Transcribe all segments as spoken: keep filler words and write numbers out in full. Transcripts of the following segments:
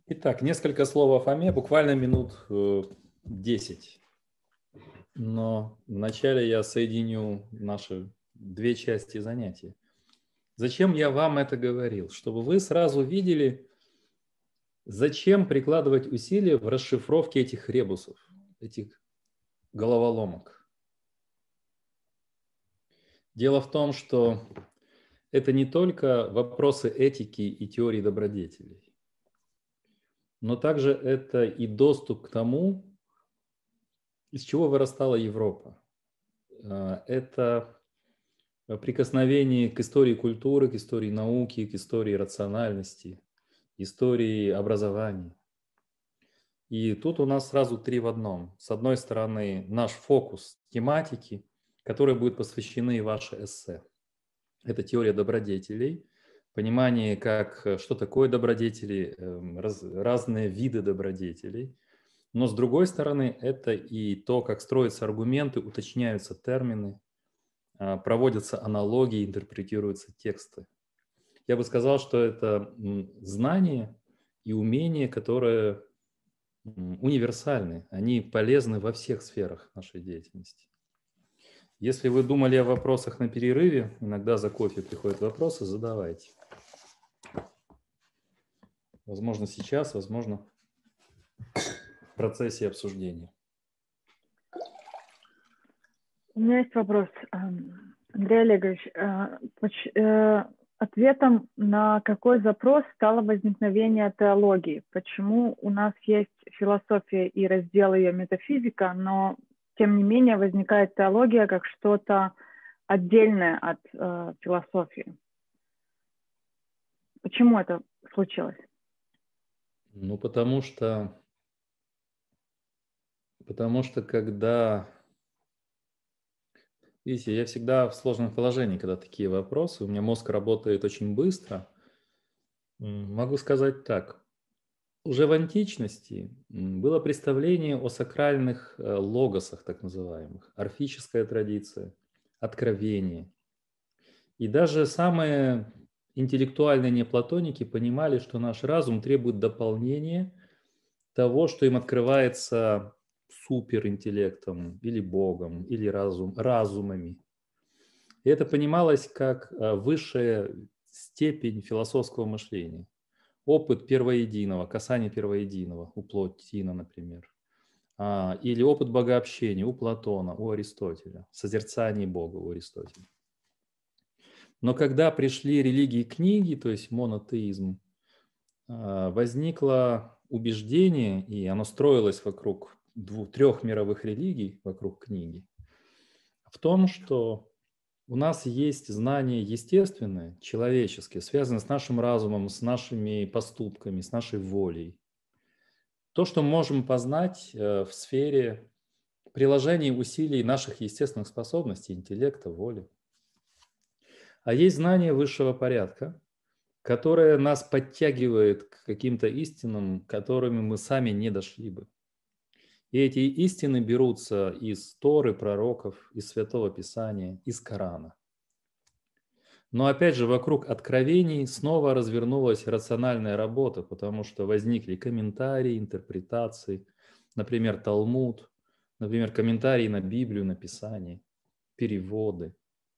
Итак, несколько слов о Фоме, буквально минут э, десять. Но вначале я соединю наши две части занятия. Зачем я вам это говорил? Чтобы вы сразу видели, зачем прикладывать усилия в расшифровке этих ребусов, этих головоломок. Дело в том, что это не только вопросы этики и теории добродетелей, но также это и доступ к тому, из чего вырастала Европа. Это прикосновение к истории культуры, к истории науки, к истории рациональности, истории образования. И тут у нас сразу три в одном. С одной стороны, наш фокус тематики, которой будут посвящены ваши эссе. Это теория добродетелей, понимание, как, что такое добродетели, раз, разные виды добродетелей. Но с другой стороны, это и то, как строятся аргументы, уточняются термины, проводятся аналогии, интерпретируются тексты. Я бы сказал, что это знание и умение, которые универсальны. Они полезны во всех сферах нашей деятельности. Если вы думали о вопросах на перерыве, иногда за кофе приходят вопросы, задавайте. Возможно, сейчас, возможно, в процессе обсуждения. У меня есть вопрос, Андрей Олегович. Ответом на какой запрос стало возникновение теологии? Почему у нас есть философия и раздел ее метафизика, но тем не менее возникает теология как что-то отдельное от э, философии? Почему это случилось? Ну, потому что, потому что когда... Видите, я всегда в сложном положении, когда такие вопросы. У меня мозг работает очень быстро. Могу сказать так. Уже в античности было представление о сакральных логосах, так называемых, орфическая традиция, откровение. И даже самые интеллектуальные неоплатоники понимали, что наш разум требует дополнения того, что им открывается суперинтеллектом или Богом, или разум, разумами. И это понималось как высшая степень философского мышления. Опыт первоединого, касание первоединого у Плотина, например. Или опыт богообщения у Платона, у Аристотеля. Созерцание Бога у Аристотеля. Но когда пришли религии и книги, то есть монотеизм, возникло убеждение, и оно строилось вокруг двух, трех мировых религий, вокруг книги, в том, что у нас есть знания естественные, человеческие, связанные с нашим разумом, с нашими поступками, с нашей волей. То, что мы можем познать в сфере приложения усилий наших естественных способностей, интеллекта, воли. А есть знание высшего порядка, которое нас подтягивает к каким-то истинам, которыми мы сами не дошли бы. И эти истины берутся из Торы, пророков, из Святого Писания, из Корана. Но опять же, вокруг откровений снова развернулась рациональная работа, потому что возникли комментарии, интерпретации, например, Талмуд, например, комментарии на Библию, на Писание, переводы.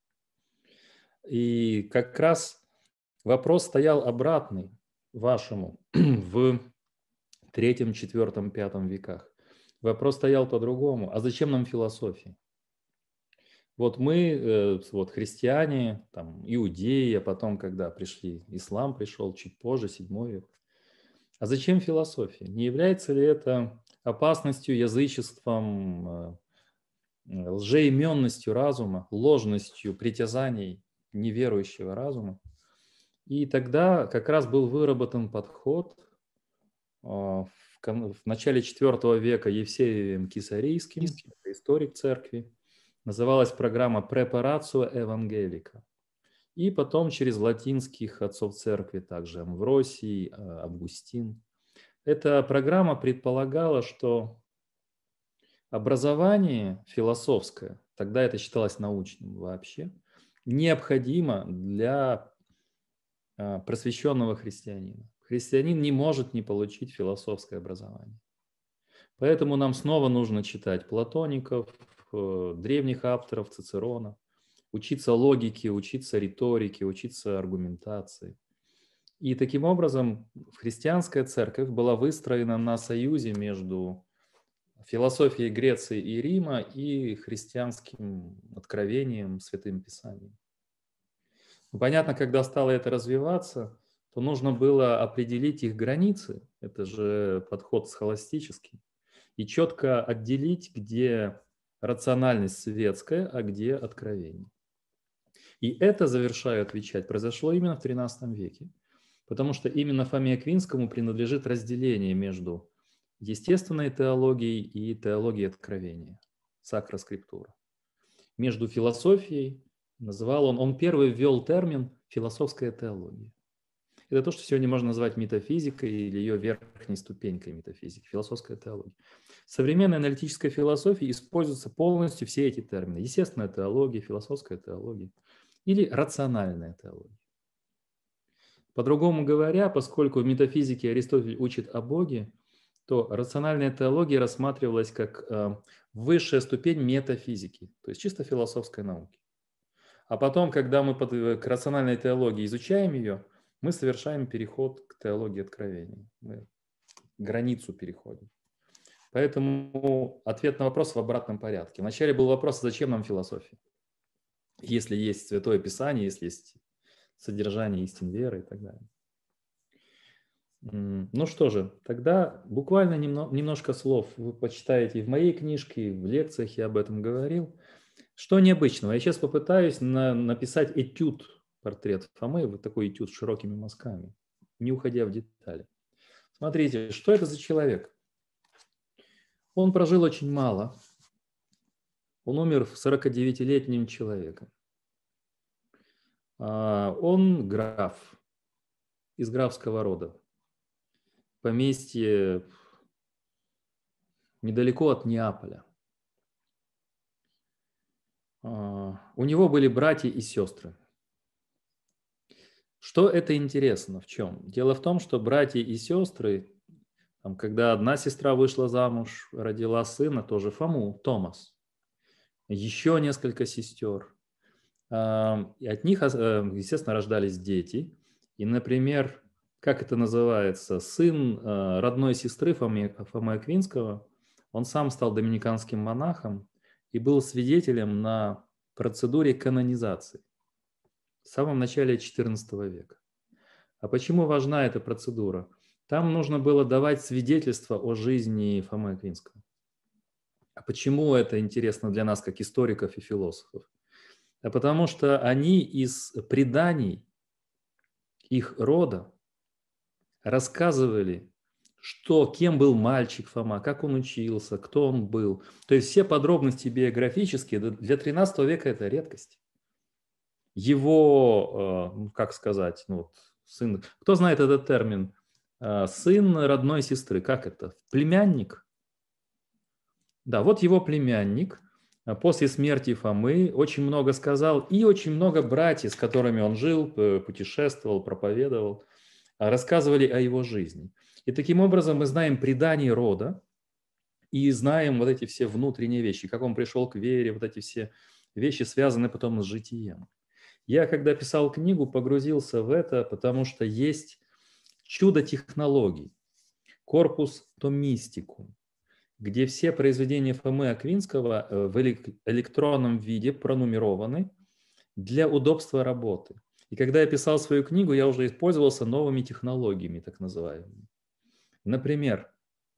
И как раз вопрос стоял обратный вашему в третьем, четвертом, пятом веках. Вопрос стоял по-другому. А зачем нам философия? Вот мы, вот христиане, там, иудеи, а потом, когда пришли, ислам пришел чуть позже, седьмой век. А зачем философия? Не является ли это опасностью, язычеством, лжеименностью разума, ложностью притязаний неверующего разума? И тогда как раз был выработан подход в начале четвертого века Евсеем Кесарийским, историк церкви. Называлась программа «Препаратio Evangelica». И потом через латинских отцов церкви, также Амвросий, Августин. Эта программа предполагала, что образование философское, тогда это считалось научным вообще, необходимо для просвещенного христианина. христианин не может не получить философское образование. Поэтому нам снова нужно читать платоников, древних авторов, Цицерона, учиться логике, учиться риторике, учиться аргументации. И таким образом христианская церковь была выстроена на союзе между философией Греции и Рима и христианским откровением, Святым Писанием. Понятно, когда стало это развиваться, то нужно было определить их границы, это же подход схоластический, и четко отделить, где рациональность светская, а где откровение. И это, завершаю отвечать, произошло именно в тринадцатом веке, потому что именно Фоме Аквинскому принадлежит разделение между естественной теологией и теологией откровения, сакра скриптура. Между философией, называл он, он первый ввел термин «философская теология». Это то, что сегодня можно назвать метафизикой или ее верхней ступенькой метафизики, философская теология. В современной аналитической философии используются полностью все эти термины. Естественная теология, философская теология или рациональная теология. По-другому говоря, поскольку в метафизике Аристотель учит о Боге, то рациональная теология рассматривалась как э, высшая ступень метафизики, то есть чисто философской науки. А потом, когда мы под, к рациональной теологии изучаем ее, мы совершаем переход к теологии откровения. Мы границу переходим. Поэтому ответ на вопрос в обратном порядке. Вначале был вопрос, зачем нам философия? Если есть Святое Писание, если есть содержание истин веры и так далее. Ну что же, тогда буквально немно, немножко слов вы почитаете в моей книжке, в лекциях я об этом говорил. Что необычного? Я сейчас попытаюсь на, написать этюд, портрет Фомы, вот такой этюд с широкими мазками, не уходя в детали. Смотрите, что это за человек? Он прожил очень мало. Он умер сорокадевятилетним человеком. Он граф, из графского рода. Поместье недалеко от Неаполя. У него были братья и сестры. Что это интересно? В чем? Дело в том, что братья и сестры, там, когда одна сестра вышла замуж, родила сына, тоже Фому, Томас, еще несколько сестер. И от них, естественно, рождались дети. И, например, как это называется, сын родной сестры Фомы, Фомы Аквинского, он сам стал доминиканским монахом и был свидетелем на процедуре канонизации в самом начале четырнадцатого века. А почему важна эта процедура? Там нужно было давать свидетельство о жизни Фомы Аквинского. А почему это интересно для нас, как историков и философов? А потому что они из преданий их рода рассказывали, что, кем был мальчик Фома, как он учился, кто он был. То есть все подробности биографические, для тринадцатого века это редкость. Его, как сказать, ну вот, сын, кто знает этот термин, сын родной сестры, как это, племянник? Да, вот его племянник после смерти Фомы очень много сказал, и очень много братьев, с которыми он жил, путешествовал, проповедовал, рассказывали о его жизни. И таким образом мы знаем предание рода и знаем вот эти все внутренние вещи, как он пришел к вере, вот эти все вещи связаны потом с житием. Я, когда писал книгу, погрузился в это, потому что есть чудо технологий, корпус томистикум, где все произведения Фомы Аквинского в электронном виде пронумерованы для удобства работы. И когда я писал свою книгу, я уже использовался новыми технологиями, так называемыми. Например,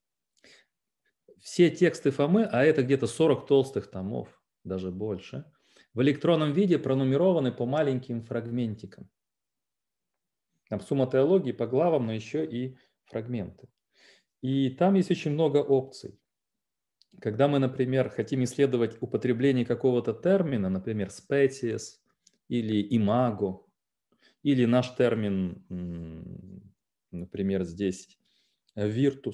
все тексты Фомы, а это где-то сорок толстых томов, даже больше, в электронном виде пронумерованы по маленьким фрагментикам. Там сумма теологии по главам, но еще и фрагменты. И там есть очень много опций. Когда мы, например, хотим исследовать употребление какого-то термина, например, species или imago, или наш термин, например, здесь virtus,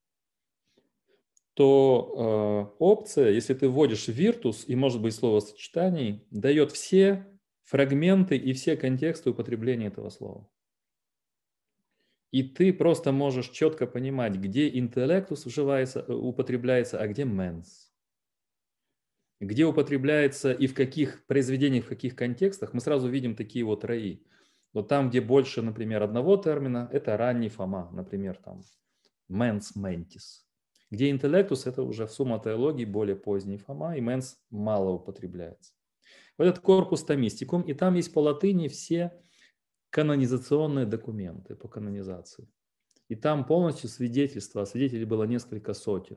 то э, опция, если ты вводишь virtus и, может быть, словосочетаний, дает все фрагменты и все контексты употребления этого слова. И ты просто можешь четко понимать, где интеллектус уживается, употребляется, а где менс. Где употребляется и в каких произведениях, в каких контекстах, мы сразу видим такие вот раи. Но там, где больше, например, одного термина, это ранний Фома, например, там mens mentis. Где интеллектус, это уже в сумма теологии более поздний Фома, и mens мало употребляется. Вот этот корпус томистикум, и там есть по латыни все канонизационные документы по канонизации. И там полностью свидетельства, а свидетелей было несколько сотен.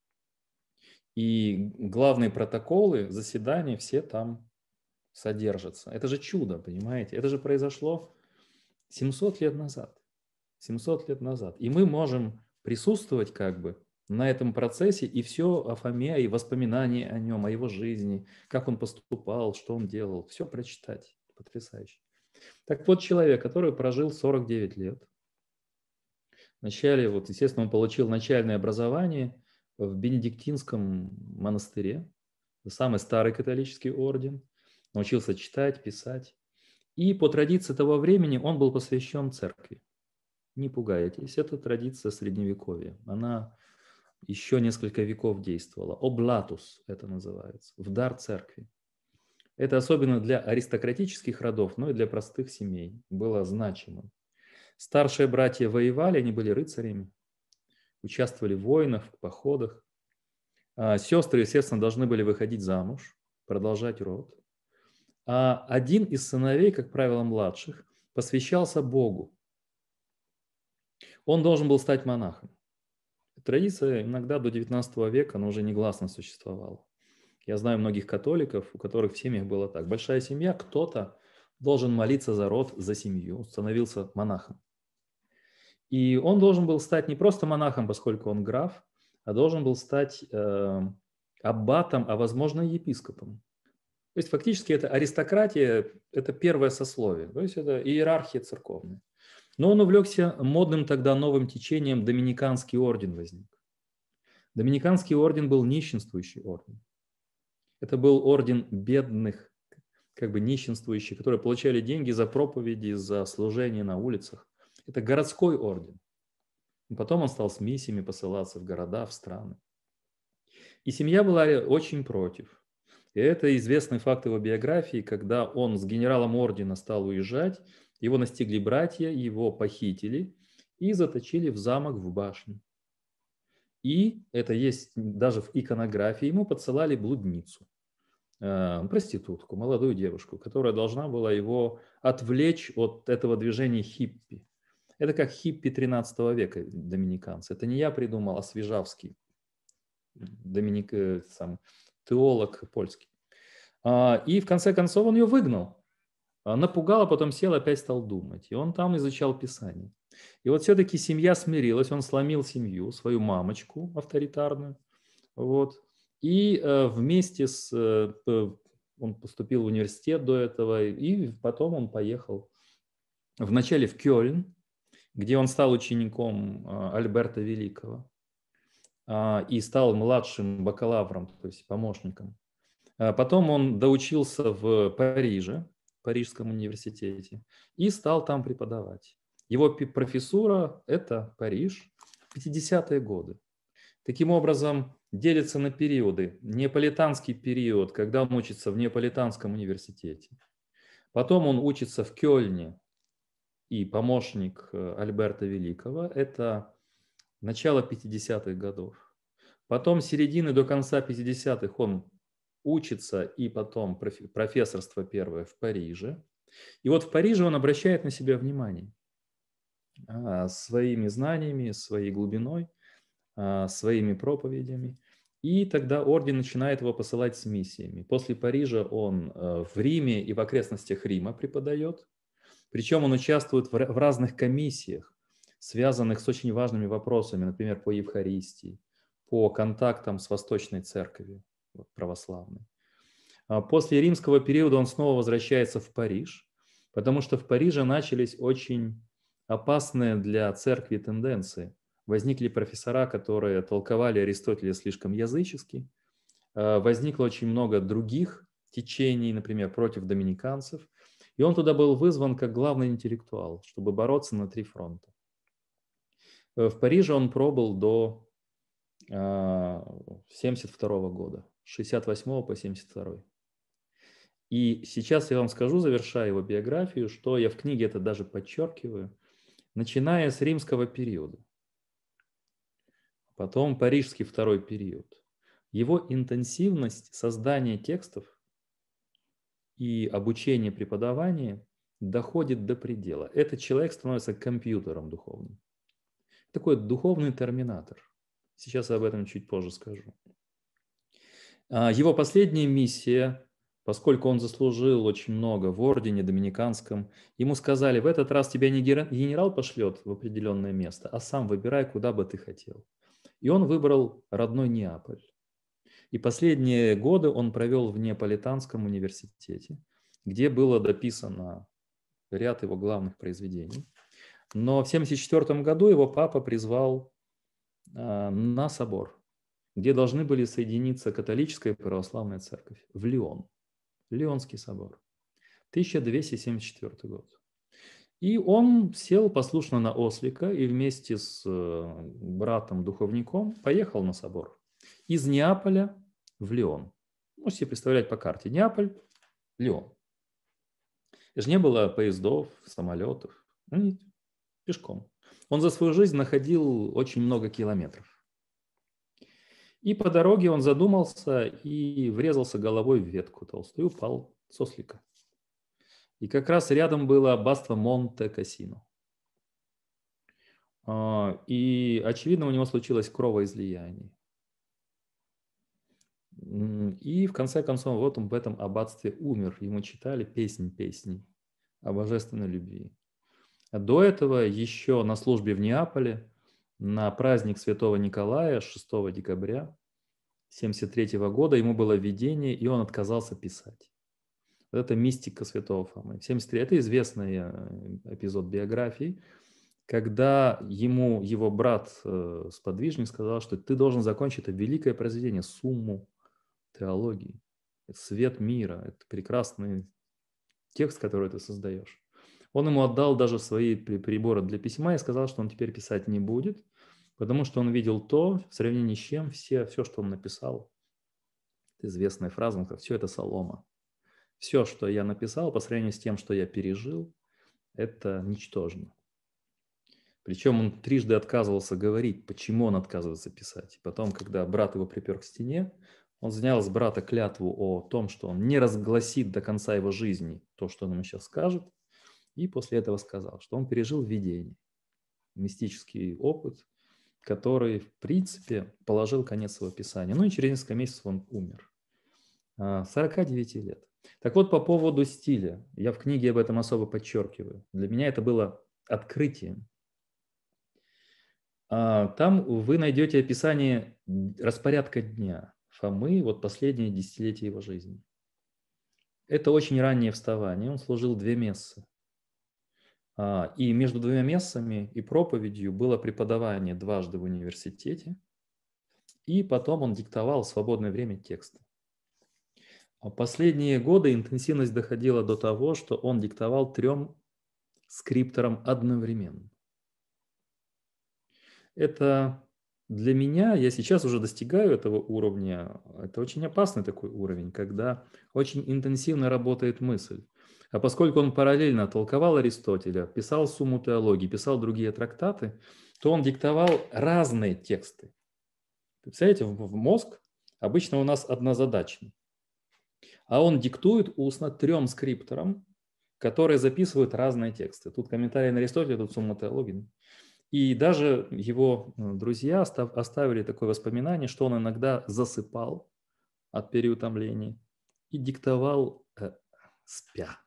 И главные протоколы заседаний все там содержатся. Это же чудо, понимаете? Это же произошло семьсот лет назад. семьсот лет назад. И мы можем присутствовать как бы на этом процессе и все о Фоме, и воспоминания о нем, о его жизни, как он поступал, что он делал, все прочитать. Потрясающе. Так вот, человек, который прожил сорок девять лет, вначале, вот, естественно, он получил начальное образование в Бенедиктинском монастыре, самый старый католический орден, научился читать, писать. И по традиции того времени он был посвящен церкви. Не пугайтесь, это традиция средневековья. Она еще несколько веков действовала. Облатус это называется, в дар церкви. Это особенно для аристократических родов, но и для простых семей было значимым. Старшие братья воевали, они были рыцарями, участвовали в войнах, в походах. А сестры, естественно, должны были выходить замуж, продолжать род. А один из сыновей, как правило, младших, посвящался Богу. Он должен был стать монахом. Традиция иногда до девятнадцатого века, она уже негласно существовала. Я знаю многих католиков, у которых в семьях было так. Большая семья, кто-то должен молиться за род, за семью, становился монахом. И он должен был стать не просто монахом, поскольку он граф, а должен был стать э, аббатом, а возможно и епископом. То есть фактически это аристократия, это первое сословие, то есть это иерархия церковная. Но он увлекся модным тогда новым течением, доминиканский орден возник. Доминиканский орден был нищенствующий орден. Это был орден бедных, как бы нищенствующих, которые получали деньги за проповеди, за служение на улицах. Это городской орден. Потом он стал с миссиями посылаться в города, в страны. И семья была очень против. И это известный факт его биографии, когда он с генералом ордена стал уезжать, его настигли братья, его похитили и заточили в замок в башне. И это есть даже в иконографии, ему подсылали блудницу, проститутку, молодую девушку, которая должна была его отвлечь от этого движения хиппи. Это как хиппи тринадцатого века доминиканцы. Это не я придумал, а Свежавский, доминик, сам, теолог польский. И в конце концов он ее выгнал. Напугал, а потом сел, опять стал думать. И он там изучал Писание. И вот все-таки семья смирилась, он сломил семью, свою мамочку авторитарную. Вот. И э, вместе с... Э, он поступил в университет до этого, и потом он поехал вначале в Кёльн, где он стал учеником э, Альберта Великого э, и стал младшим бакалавром, то есть помощником. А потом он доучился в Париже, в Парижском университете, и стал там преподавать. Его профессура – это Париж, пятидесятые годы. Таким образом, делится на периоды. Неаполитанский период, когда он учится в Неаполитанском университете. Потом он учится в Кёльне и помощник Альберта Великого. Это начало пятидесятых годов. Потом с середины до конца пятидесятых он учится и потом профессорство первое в Париже. И вот в Париже он обращает на себя внимание своими знаниями, своей глубиной, своими проповедями. И тогда орден начинает его посылать с миссиями. После Парижа он в Риме и в окрестностях Рима преподает. Причем он участвует в разных комиссиях, связанных с очень важными вопросами, например, по Евхаристии, по контактам с Восточной Церковью православной. После римского периода он снова возвращается в Париж, потому что в Париже начались очень опасные для церкви тенденции. Возникли профессора, которые толковали Аристотеля слишком язычески. Возникло очень много других течений, например, против доминиканцев. И он туда был вызван как главный интеллектуал, чтобы бороться на три фронта. В Париже он пробыл до семьдесят второго года, с шестьдесят восьмого по семьдесят второй. И сейчас я вам скажу, завершая его биографию, что я в книге это даже подчеркиваю, начиная с римского периода, потом парижский второй период, его интенсивность создания текстов и обучения преподавания доходит до предела. Этот человек становится компьютером духовным. Такой духовный терминатор. Сейчас я об этом чуть позже скажу. Его последняя миссия, поскольку он заслужил очень много в ордене доминиканском, ему сказали: в этот раз тебя не генерал пошлет в определенное место, а сам выбирай, куда бы ты хотел. И он выбрал родной Неаполь. И последние годы он провел в Неаполитанском университете, где было дописано ряд его главных произведений. Но в семьдесят четвёртом году его папа призвал э, на собор, где должны были соединиться католическая и православная церковь, в Лион, Лионский собор, тысяча двести семьдесят четвёртый год. И он сел послушно на ослика и вместе с братом-духовником поехал на собор. Из Неаполя в Лион. Можете себе представлять по карте. Неаполь, Лион. Это же не было поездов, самолетов. Ну, пешком. Он за свою жизнь находил очень много километров. И по дороге он задумался и врезался головой в ветку толстую и упал с ослика. И как раз рядом было аббатство Монте-Кассино. И, очевидно, у него случилось кровоизлияние. И, в конце концов, вот он в этом аббатстве умер. Ему читали песнь песней о божественной любви. А до этого еще на службе в Неаполе на праздник Святого Николая шестого декабря семьдесят третьего года ему было видение, и он отказался писать. Вот это мистика святого Фомы. семьдесят три это известный эпизод биографии, когда ему его брат-сподвижник сказал, что ты должен закончить это великое произведение, сумму теологии. Это свет мира, это прекрасный текст, который ты создаешь. Он ему отдал даже свои приборы для письма и сказал, что он теперь писать не будет, потому что он видел то, в сравнении с чем все, все, что он написал. Это известная фраза, как все это солома. Все, что я написал, по сравнению с тем, что я пережил, это ничтожно. Причем он трижды отказывался говорить, почему он отказывается писать. И потом, когда брат его припер к стене, он снял с брата клятву о том, что он не разгласит до конца его жизни то, что он ему сейчас скажет. И после этого сказал, что он пережил видение, мистический опыт, который, в принципе, положил конец его писанию. Ну и через несколько месяцев он умер. сорока девяти лет. Так вот, по поводу стиля. Я в книге об этом особо подчеркиваю. Для меня это было открытием. Там вы найдете описание распорядка дня Фомы, вот последние десятилетия его жизни. Это очень раннее вставание. Он служил две мессы. И между двумя мессами и проповедью было преподавание дважды в университете. И потом он диктовал в свободное время тексты. Последние годы интенсивность доходила до того, что он диктовал трем скрипторам одновременно. Это для меня, я сейчас уже достигаю этого уровня, это очень опасный такой уровень, когда очень интенсивно работает мысль. А поскольку он параллельно толковал Аристотеля, писал сумму теологии, писал другие трактаты, то он диктовал разные тексты. Представляете, в мозг обычно у нас однозадачный. А он диктует устно трем скрипторам, которые записывают разные тексты. Тут комментарий на Аристотеля, тут сумма теологии. И даже его друзья оставили такое воспоминание, что он иногда засыпал от переутомления и диктовал э, спя.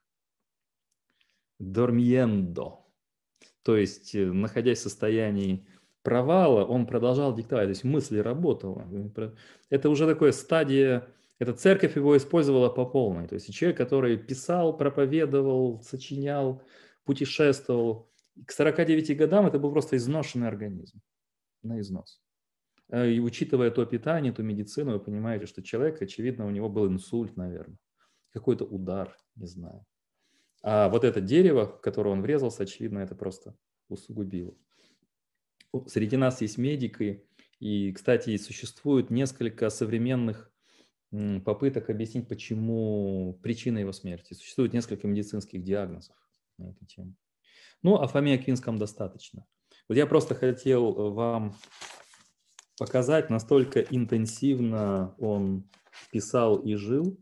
Дормиендо. То есть, находясь в состоянии провала, он продолжал диктовать. То есть мысль работала. Это уже такая стадия, эта церковь его использовала по полной. То есть человек, который писал, проповедовал, сочинял, путешествовал, к сорока девяти годам это был просто изношенный организм, на износ. И учитывая то питание, ту медицину, вы понимаете, что человек, очевидно, у него был инсульт, наверное, какой-то удар, не знаю. А вот это дерево, в которое он врезался, очевидно, это просто усугубило. среди нас есть медики, и, кстати, существует несколько современных попыток объяснить, почему причина его смерти. Существует несколько медицинских диагнозов на эту тему. Ну, о Фоме Аквинском достаточно. Вот я просто хотел вам показать, настолько интенсивно он писал и жил.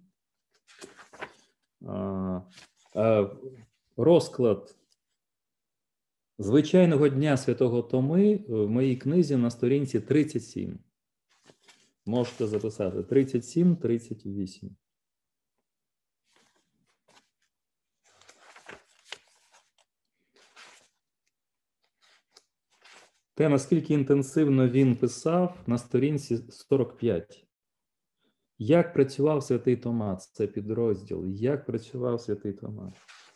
Розклад звичайного дня Святого Томи в моїй книзі на сторінці тридцять сім. Можете записати тридцять сім тридцять вісім. Те, наскільки інтенсивно він писав, на сторінці сорок п'ять. Як працював Святий Тома, це підрозділ. Як працював Святий Тома.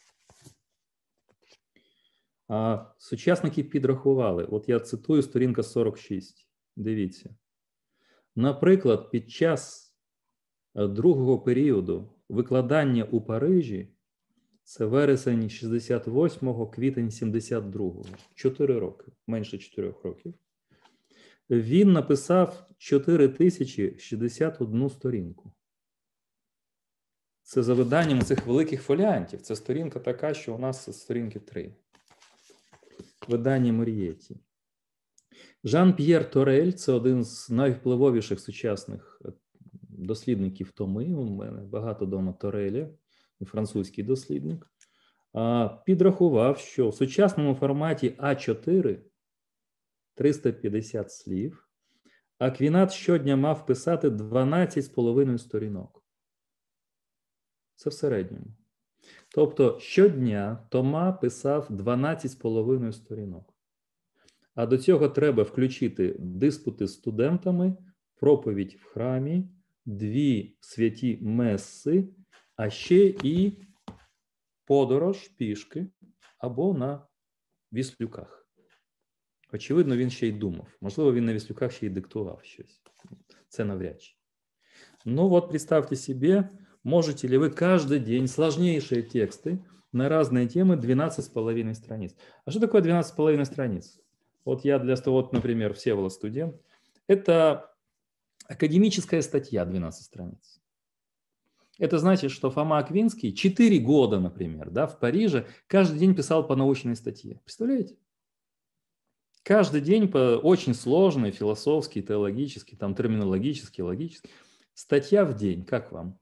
А сучасники підрахували. От я цитую сторінка сорок шість. Дивіться. Наприклад, під час другого періоду викладання у Парижі, це вересень шістдесят восьмого, квітень сімдесят другого, чотири роки, менше чотирьох років, він написав чотири тисячі шістдесят одну сторінку. Це за виданням цих великих фоліантів. Це сторінка така, що у нас сторінки три. Видання Мор'єті. Жан-П'єр Торель – це один з найвпливовіших сучасних дослідників Томи. У мене багато дома Тореля, французький дослідник. Підрахував, що в сучасному форматі А чотири триста п'ятдесят слів, Аквінат щодня мав писати дванадцять з половиною сторінок. Це в середньому. Тобто щодня Тома писав дванадцять з половиною сторінок. А до цього треба включити диспути з студентами, проповідь в храмі, дві святі меси, а ще і подорож пішки або на віслюках. Очевидно, він ще й думав. Можливо, він на віслюках ще й диктував щось. Це навряд чи. Ну вот, представьте себе, можете ли вы каждый день сложнейшие тексты на разные темы двенадцать с половиной страниц. А что такое двенадцать с половиной страниц? Вот я для того, вот, например, Всеволод студент. Это академическая статья двенадцать страниц. Это значит, что Фома Аквинский четыре года, например, да, в Париже каждый день писал по научной статье. Представляете? Каждый день по очень сложной, философски, теологически, там, терминологически, логически. Статья в день. Как вам?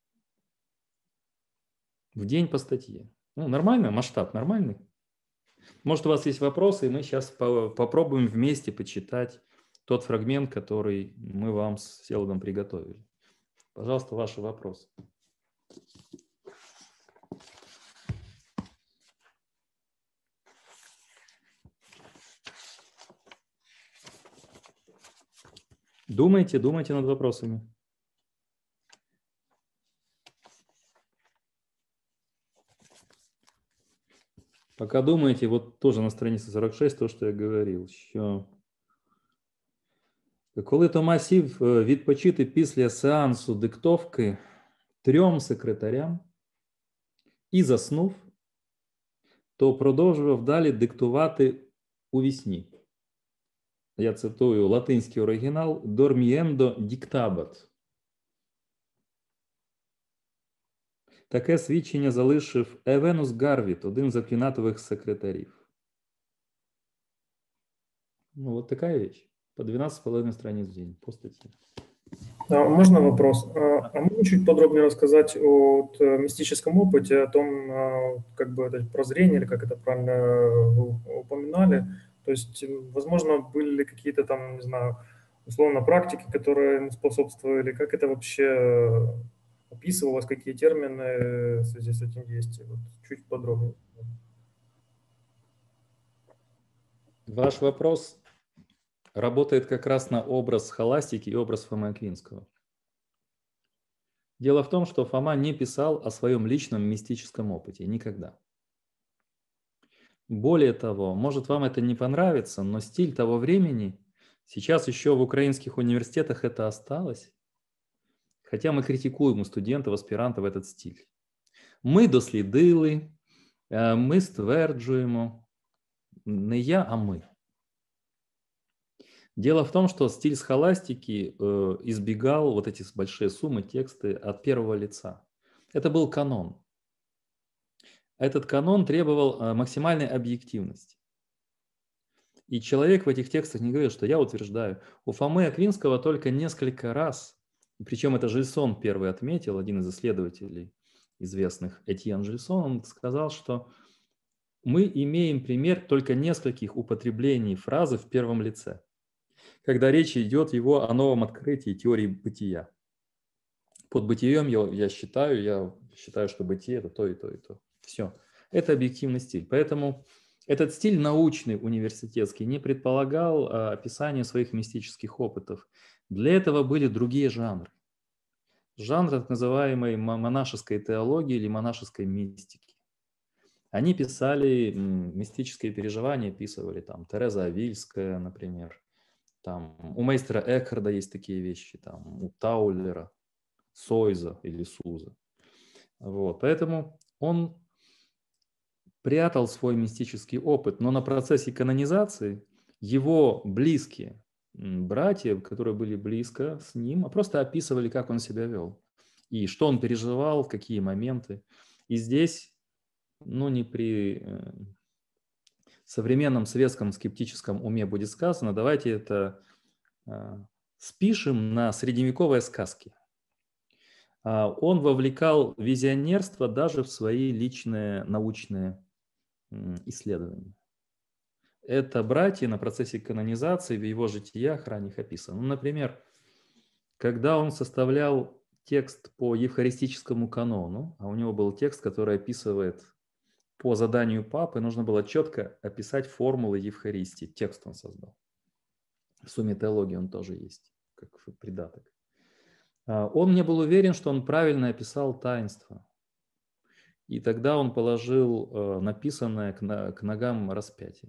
В день по статье. Ну, нормально? Масштаб нормальный? Может, у вас есть вопросы, и мы сейчас по попробуем вместе почитать тот фрагмент, который мы вам с Всеволодом приготовили. Пожалуйста, ваши вопросы. Думайте, думайте над вопросами. Пока думаете, вот тоже на странице сорок шесть то, что я говорил, що коли Тома сів відпочити після сеансу диктовки трьом секретарям і заснув, то продовжував далі диктувати у вісні. Я цитую латинський оригінал «Dormiendo dictabat». Таке свідчення залишив Евенус Гарвіт, один з Аквінатових секретарів. Ну, вот такая вещь. По двенадцать с половиной страниц в день по статье. А, можно вопрос? А, а можно чуть подробнее рассказать о вот, мистическом опыте, о том, как бы это прозрение, или как это правильно вы упоминали? То есть, возможно, были ли какие-то там, не знаю, условно, практики, которые способствовали, как это вообще описывалось, какие термины в связи с этим есть? Вот, чуть подробнее. Ваш вопрос работает как раз на образ схоластики и образ Фомы Аквинского. Дело в том, что Фома не писал о своем личном мистическом опыте никогда. Более того, может, вам это не понравится, но стиль того времени, сейчас еще в украинских университетах это осталось, хотя мы критикуем у студентов, аспирантов этот стиль. Ми дослідили, ми стверджуємо, не я, а ми. Дело в том, что стиль схоластики э, избегал вот эти большие суммы, тексты от первого лица. Это был канон. Этот канон требовал э, максимальной объективности. И человек в этих текстах не говорил, что я утверждаю. У Фомы Аквинского только несколько раз, причем это Жильсон первый отметил, один из исследователей известных, Этьен Жильсон, он сказал, что мы имеем пример только нескольких употреблений фразы в первом лице, когда речь идет его о новом открытии теории бытия. Под бытием я, я считаю, я считаю, что бытие – это то и то и то. Все. Это объективный стиль. Поэтому этот стиль научный, университетский, не предполагал а, описания своих мистических опытов. Для этого были другие жанры. Жанр так называемой монашеской теологии или монашеской мистики. Они писали м, мистические переживания, описывали там Тереза Авильская, например. Там, у мейстера Экхарда есть такие вещи, там, у Таулера, Сойза или Суза. Вот. Поэтому он прятал свой мистический опыт, но на процессе канонизации его близкие братья, которые были близко с ним, просто описывали, как он себя вел и что он переживал, в какие моменты. И здесь, ну, не при э, современном светском скептическом уме будет сказано, давайте это э, спишем на средневековые сказки. А он вовлекал визионерство даже в свои личные научные исследования. Это братья на процессе канонизации в его житиях ранних описано. Ну, например, когда он составлял текст по евхаристическому канону, а у него был текст, который описывает по заданию папы, нужно было четко описать формулы Евхаристии. Текст он создал. В сумме теологии он тоже есть, как придаток. Он не был уверен, что он правильно описал таинство. И тогда он положил э, написанное к, на, к ногам распятия.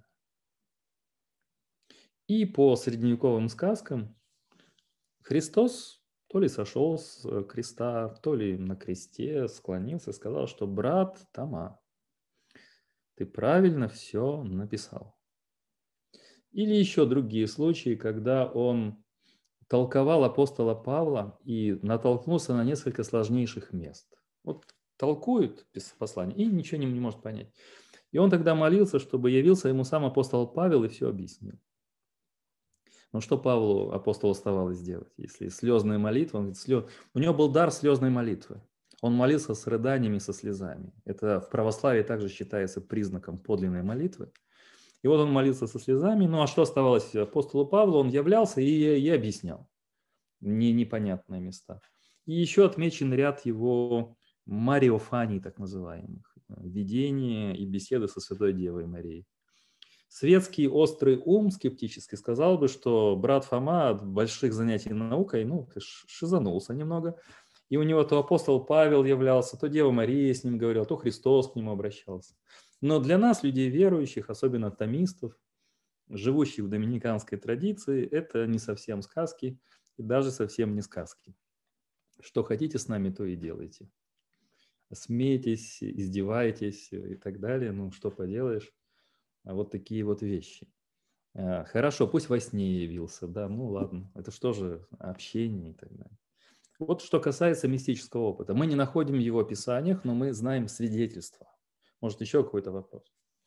И по средневековым сказкам Христос то ли сошел с креста, то ли на кресте склонился и сказал, что брат Тома, ты правильно все написал. Или еще другие случаи, когда он толковал апостола Павла и натолкнулся на несколько сложнейших мест. Вот толкует послание и ничего не, не может понять. И он тогда молился, чтобы явился ему сам апостол Павел и все объяснил. Но что Павлу, апостолу, оставалось делать, если слезная молитва, он говорит, слез... у него был дар слезной молитвы. Он молился с рыданиями, со слезами. Это в православии также считается признаком подлинной молитвы. И вот он молился со слезами. Ну а что оставалось апостолу Павлу? Он являлся и, и объяснял не, непонятные места. И еще отмечен ряд его мариофаний, так называемых, видения и беседы со Святой Девой Марией. Светский острый ум скептически сказал бы, что брат Фома от больших занятий наукой, ну, шизанулся немного. И у него то апостол Павел являлся, то Дева Мария с ним говорила, то Христос к нему обращался. Но для нас, людей верующих, особенно томистов, живущих в доминиканской традиции, это не совсем сказки и даже совсем не сказки. Что хотите с нами, то и делайте. Смейтесь, издевайтесь и так далее. Ну, что поделаешь. Вот такие вот вещи. Хорошо, пусть во сне явился, да, ну ладно. Это что же общение и так далее. Вот что касается мистического опыта. Мы не находим в его описаниях, но мы знаем свидетельства. Может, еще какой-то вопрос?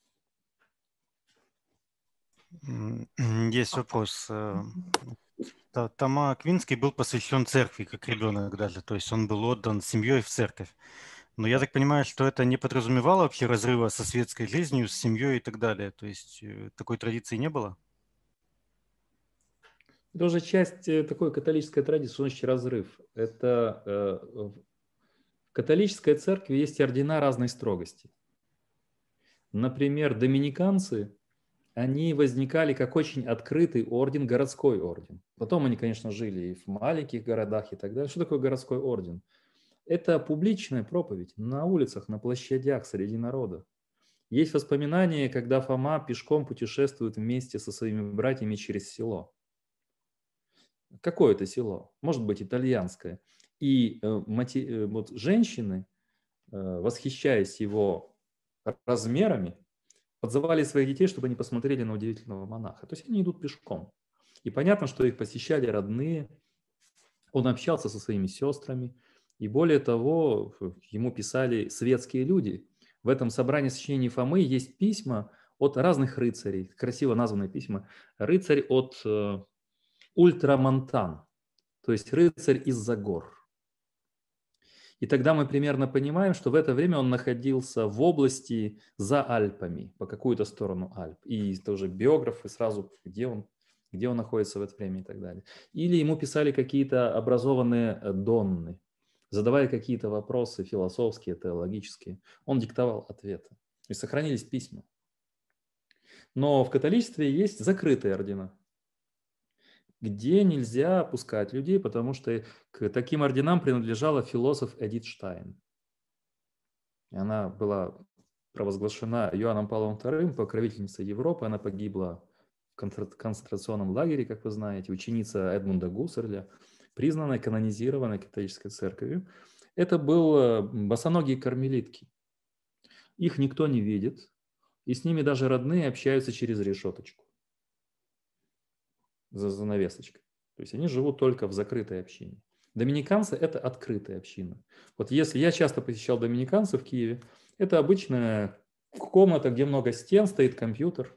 Есть вопрос. Тома Аквинский был посвящен церкви как ребенок даже, то есть он был отдан семьей в церковь. Но я так понимаю, что это не подразумевало вообще разрыва со светской жизнью, с семьей и так далее. То есть такой традиции не было? Это уже часть такой католической традиции, что значит разрыв. Это э, в католической церкви есть ордена разной строгости. Например, доминиканцы, они возникали как очень открытый орден, городской орден. Потом они, конечно, жили и в маленьких городах и так далее. Что такое городской орден? Это публичная проповедь на улицах, на площадях среди народа. Есть воспоминания, когда Фома пешком путешествует вместе со своими братьями через село. Какое это село? Может быть, итальянское. И э, мати, э, вот женщины, э, восхищаясь его размерами, подзывали своих детей, чтобы они посмотрели на удивительного монаха. То есть они идут пешком. И понятно, что их посещали родные, он общался со своими сестрами, и более того, ему писали светские люди. В этом собрании сочинений Фомы есть письма от разных рыцарей, красиво названные письма. Рыцарь от э, Ультрамонтан, то есть рыцарь из-за гор. И тогда мы примерно понимаем, что в это время он находился в области за Альпами, по какую-то сторону Альп. И тоже биографы сразу, где он, где он находится в это время и так далее. Или ему писали какие-то образованные донны, задавая какие-то вопросы философские, теологические. Он диктовал ответы. И сохранились письма. Но в католичестве есть закрытые ордена, где нельзя пускать людей, потому что к таким орденам принадлежала философ Эдит Штайн. И она была провозглашена Иоанном Павлом вторым, покровительницей Европы. Она погибла в концентрационном лагере, как вы знаете, ученица Эдмунда Гуссерля, признанная канонизированной католической церковью. Это были босоногие кармелитки. Их никто не видит, и с ними даже родные общаются через решеточку, за занавесочкой. То есть они живут только в закрытой общине. Доминиканцы – это открытая община. Вот если я часто посещал доминиканцев в Киеве, это обычная комната, где много стен, стоит компьютер,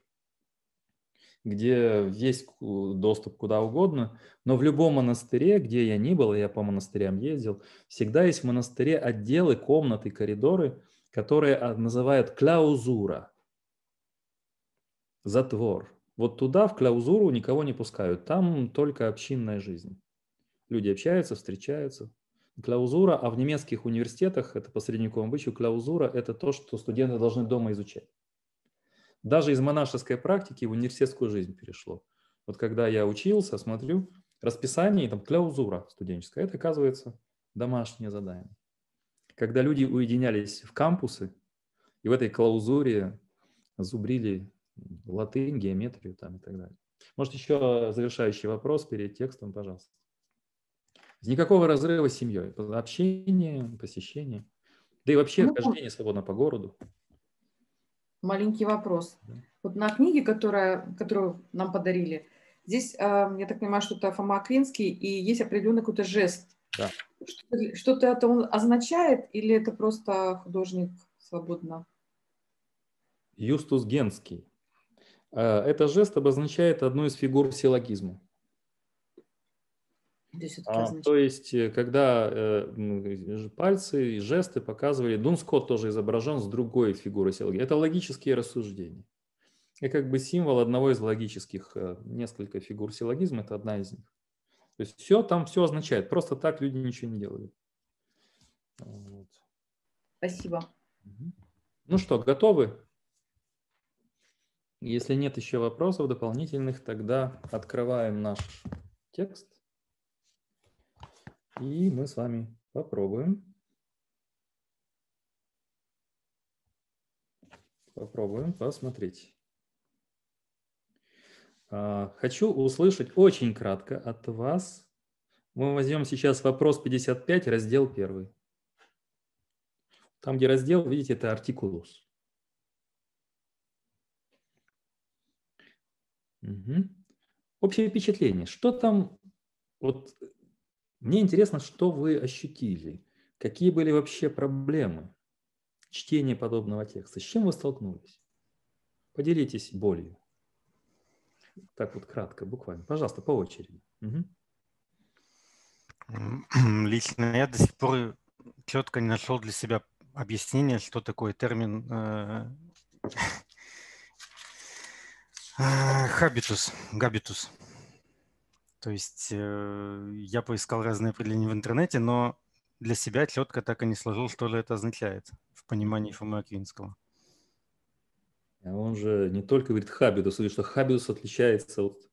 где есть доступ куда угодно, но в любом монастыре, где я ни был, я по монастырям ездил, всегда есть в монастыре отделы, комнаты, коридоры, которые называют кляузура, затвор. Вот туда, в кляузуру, никого не пускают, там только общинная жизнь. Люди общаются, встречаются. Кляузура, а в немецких университетах, это по средневековому обычаю, кляузура – это то, что студенты должны дома изучать. Даже из монашеской практики в университетскую жизнь перешло. Вот когда я учился, смотрю, расписание, там кляузура студенческая, это, оказывается, домашнее задание. Когда люди уединялись в кампусы, и в этой клаузуре зубрили латынь, геометрию там и так далее. Может, еще завершающий вопрос перед текстом, пожалуйста. Никакого разрыва с семьей, общение, посещение, да и вообще Ну, хождение свободно по городу. маленький вопрос. Да. Вот на книге, которая, которую нам подарили, здесь, я так понимаю, что это Фома Аквинский, и есть определенный какой-то жест. Да. Что-то это он означает, или это просто художник свободно? Юстус Генский. Это жест обозначает одну из фигур силлогизма. А, то есть, когда э, пальцы и жесты показывали, Дун Скотт тоже изображен с другой фигурой силлогизма. Это логические рассуждения. И как бы символ одного из логических, э, несколько фигур силлогизма, это одна из них. То есть все там все означает. Просто так люди ничего не делают. Вот. Спасибо. Ну что, готовы? Если нет еще вопросов дополнительных, тогда открываем наш текст. И мы с вами попробуем. Попробуем посмотреть. Хочу услышать очень кратко от вас. Мы возьмем сейчас вопрос пятьдесят пять, раздел первый. Там, где раздел, видите, это артикулус. Угу. Общее впечатление. Что там... Вот мне интересно, что вы ощутили. Какие были вообще проблемы чтения подобного текста? С чем вы столкнулись? Поделитесь болью. Так вот кратко, буквально. Пожалуйста, по очереди. Угу. Лично я до сих пор четко не нашел для себя объяснение, что такое термин хабитус, габитус. То есть я поискал разные определения в интернете, но для себя четко так и не сложил, что же это означает в понимании Фомы Аквинского. Он же не только говорит хабитус, или что хабитус отличается от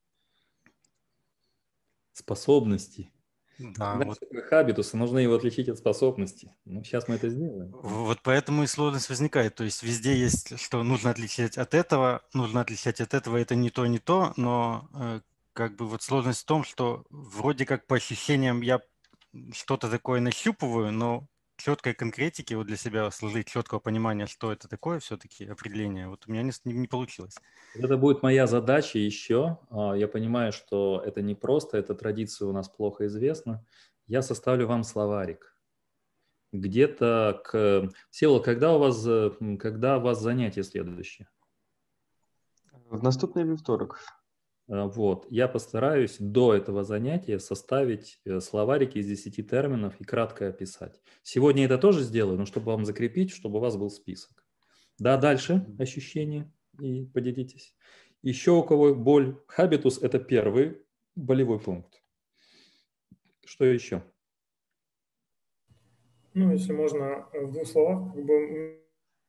способностей. Да, Когда вот. такое хабитус, нужно его отличить от способностей. Ну, сейчас мы это сделаем. Вот поэтому и сложность возникает. То есть везде есть, что нужно отличать от этого, нужно отличать от этого, это не то, не то, но э, как бы вот сложность в том, что вроде как по ощущениям я что-то такое нащупываю, но четкой конкретики, вот для себя сложить четкого понимания, что это такое все-таки определение, вот у меня не, не получилось. Это будет моя задача еще. Я понимаю, что это не просто, эта традиция у нас плохо известна. Я составлю вам словарик. Где-то к... Всеволод, когда у вас, когда у вас занятие следующее? В наступный вівторок. Вот. Я постараюсь до этого занятия составить словарик из десяти терминов и кратко описать. Сегодня это тоже сделаю, но чтобы вам закрепить, чтобы у вас был список. Да, дальше ощущения и поделитесь. Еще у кого боль? Хабитус – это первый болевой пункт. Что еще? Ну, если можно, в двух словах, как бы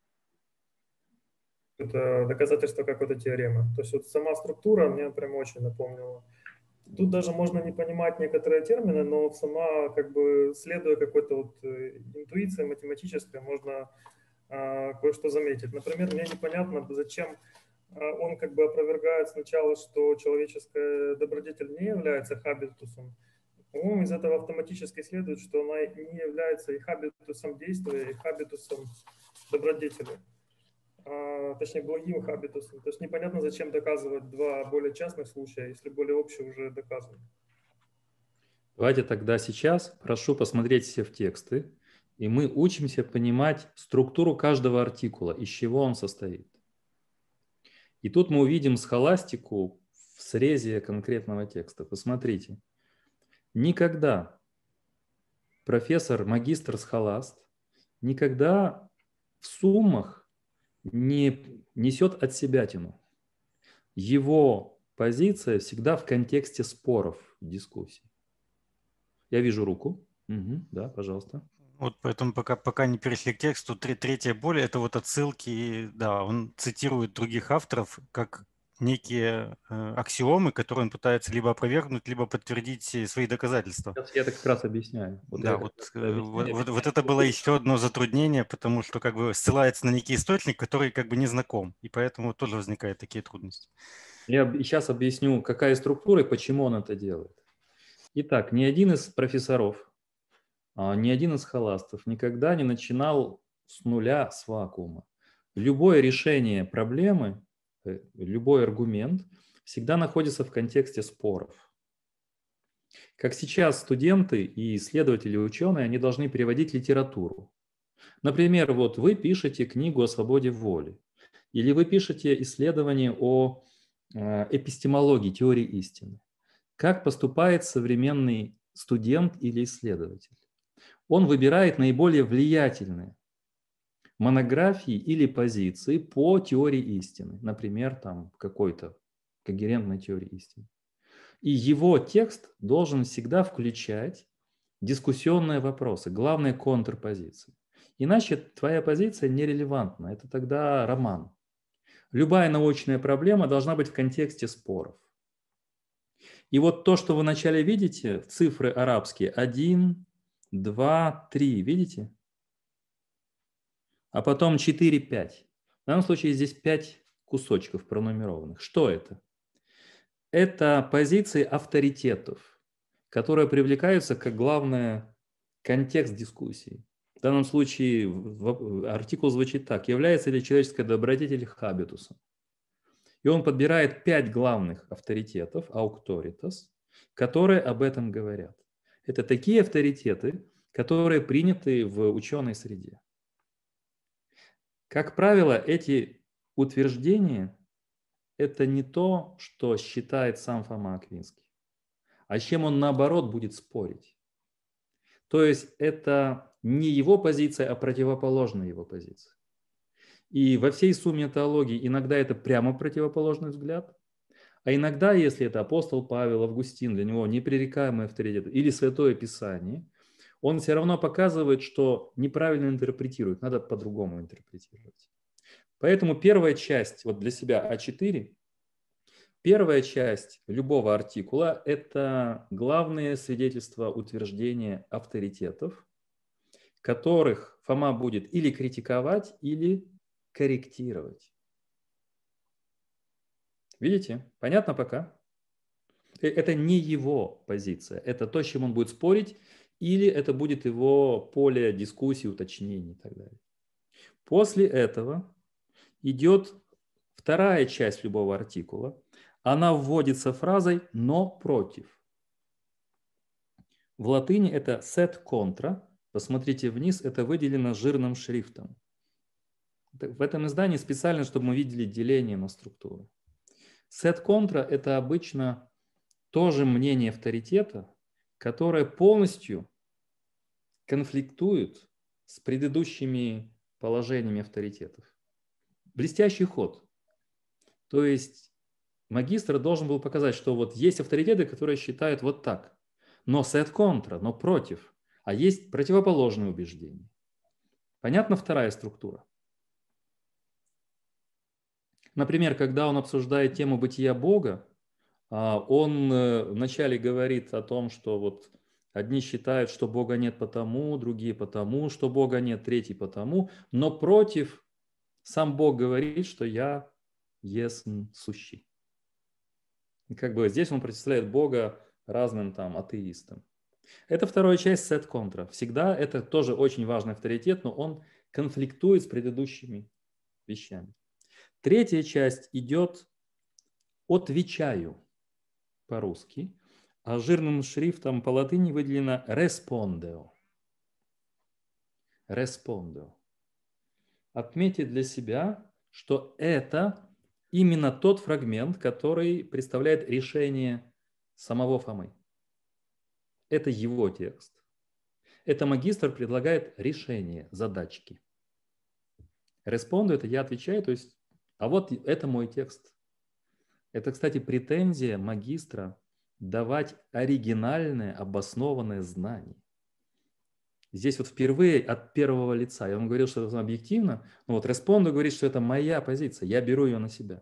это доказательство какой-то теоремы. То есть вот сама структура мне прям очень напомнила. Тут даже можно не понимать некоторые термины, но сама, как бы, следуя какой-то вот интуиции математической, можно а, кое-что заметить. Например, мне непонятно, зачем он как бы опровергает сначала, что человеческая добродетель не является хабитусом. По-моему, из этого автоматически следует, что она не является и хабитусом действия, и хабитусом добродетели. А, точнее, благим хабитусом. То есть непонятно, зачем доказывать два более частных случая, если более общие уже доказаны. Давайте тогда сейчас прошу посмотреть все в тексты, и мы учимся понимать структуру каждого артикула, из чего он состоит. И тут мы увидим схоластику в срезе конкретного текста. Посмотрите. Никогда профессор, магистр, схоласт никогда в суммах не несет отсебятину. Его позиция всегда в контексте споров, дискуссий. Я вижу руку. Угу, да, пожалуйста. Вот поэтому пока, пока не перешли к тексту, третья боль – это вот отсылки, да, он цитирует других авторов как некие э, аксиомы, которые он пытается либо опровергнуть, либо подтвердить свои доказательства. Сейчас я это как раз объясняю. Вот да, вот, объясняю, вот, объясняю. вот это было еще одно затруднение, потому что как бы ссылается на некий источник, который как бы не знаком, и поэтому тоже возникают такие трудности. Я сейчас объясню, какая структура и почему он это делает. Итак, ни один из профессоров, ни один из схоластов никогда не начинал с нуля, с вакуума. Любое решение проблемы, любой аргумент всегда находится в контексте споров. Как сейчас студенты и исследователи, ученые, они должны переводить литературу. Например, вот вы пишете книгу о свободе воли, или вы пишете исследование о эпистемологии, теории истины. Как поступает современный студент или исследователь? Он выбирает наиболее влиятельные монографии или позиции по теории истины, например, там какой-то когерентной теории истины. И его текст должен всегда включать дискуссионные вопросы, главные контрпозиции. Иначе твоя позиция нерелевантна, это тогда роман. Любая научная проблема должна быть в контексте споров. И вот то, что вы вначале видите, цифры арабские, один, два, три, видите? А потом четыре, пять. В данном случае здесь пять кусочков пронумерованных. Что это? Это позиции авторитетов, которые привлекаются как главный контекст дискуссии. В данном случае артикул звучит так. Является ли человеческая добродетель хабитусом? И он подбирает пять главных авторитетов, аукторитас, которые об этом говорят. Это такие авторитеты, которые приняты в ученой среде. Как правило, эти утверждения – это не то, что считает сам Фома Аквинский, а с чем он, наоборот, будет спорить. То есть это не его позиция, а противоположная его позиции. И во всей сумме теологии иногда это прямо противоположный взгляд, а иногда, если это апостол Павел, Августин, для него непререкаемый авторитет, или Святое Писание, он все равно показывает, что неправильно интерпретирует, надо по-другому интерпретировать. Поэтому первая часть, вот для себя А четыре, первая часть любого артикула – это главные свидетельства утверждения авторитетов, которых Фома будет или критиковать, или корректировать. Видите? Понятно пока? Это не его позиция. Это то, с чем он будет спорить или это будет его поле дискуссий, уточнений и так далее. После этого идет вторая часть любого артикула. Она вводится фразой «но против». В латыни это sed contra. Посмотрите вниз, это выделено жирным шрифтом. В этом издании специально, чтобы мы видели деление на структуры. Sed contra – это обычно тоже мнение авторитета, которое полностью конфликтует с предыдущими положениями авторитетов. Блестящий ход. То есть магистр должен был показать, что вот есть авторитеты, которые считают вот так, но sed contra, но против, а есть противоположные убеждения. Понятна вторая структура? Например, когда он обсуждает тему бытия Бога, он вначале говорит о том, что вот одни считают, что Бога нет потому, другие потому, что Бога нет, третий потому, но против сам Бог говорит, что я есмь сущий. И как бы здесь он противоставляет Бога разным там атеистам. Это вторая часть sed contra. Всегда это тоже очень важный авторитет, но он конфликтует с предыдущими вещами. Третья часть идет «отвечаю» по-русски, а жирным шрифтом по латыни выделено «respondeo». «Respondeo». Отметьте для себя, что это именно тот фрагмент, который представляет решение самого Фомы. Это его текст. Это магистр предлагает решение задачки. Респонду – это я отвечаю, то есть, а вот это мой текст. Это, кстати, претензия магистра давать оригинальное, обоснованное знание. Здесь вот впервые от первого лица. Я вам говорил, что это объективно, но вот респонду говорит, что это моя позиция, я беру ее на себя.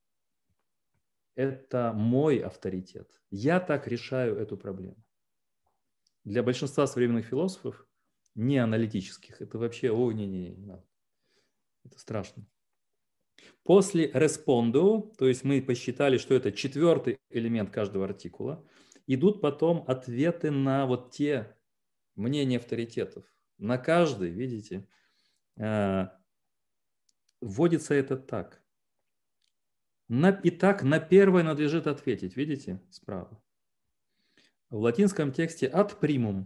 Это мой авторитет. Я так решаю эту проблему. Для большинства современных философов, не аналитических, это вообще, ой, не-не-не, не надо. Это страшно. После респонду, то есть мы посчитали, что это четвертый элемент каждого артикула, идут потом ответы на вот те мнения авторитетов. На каждый, видите, вводится это так. На, итак, на первое надлежит ответить, видите, справа. В латинском тексте ad primum.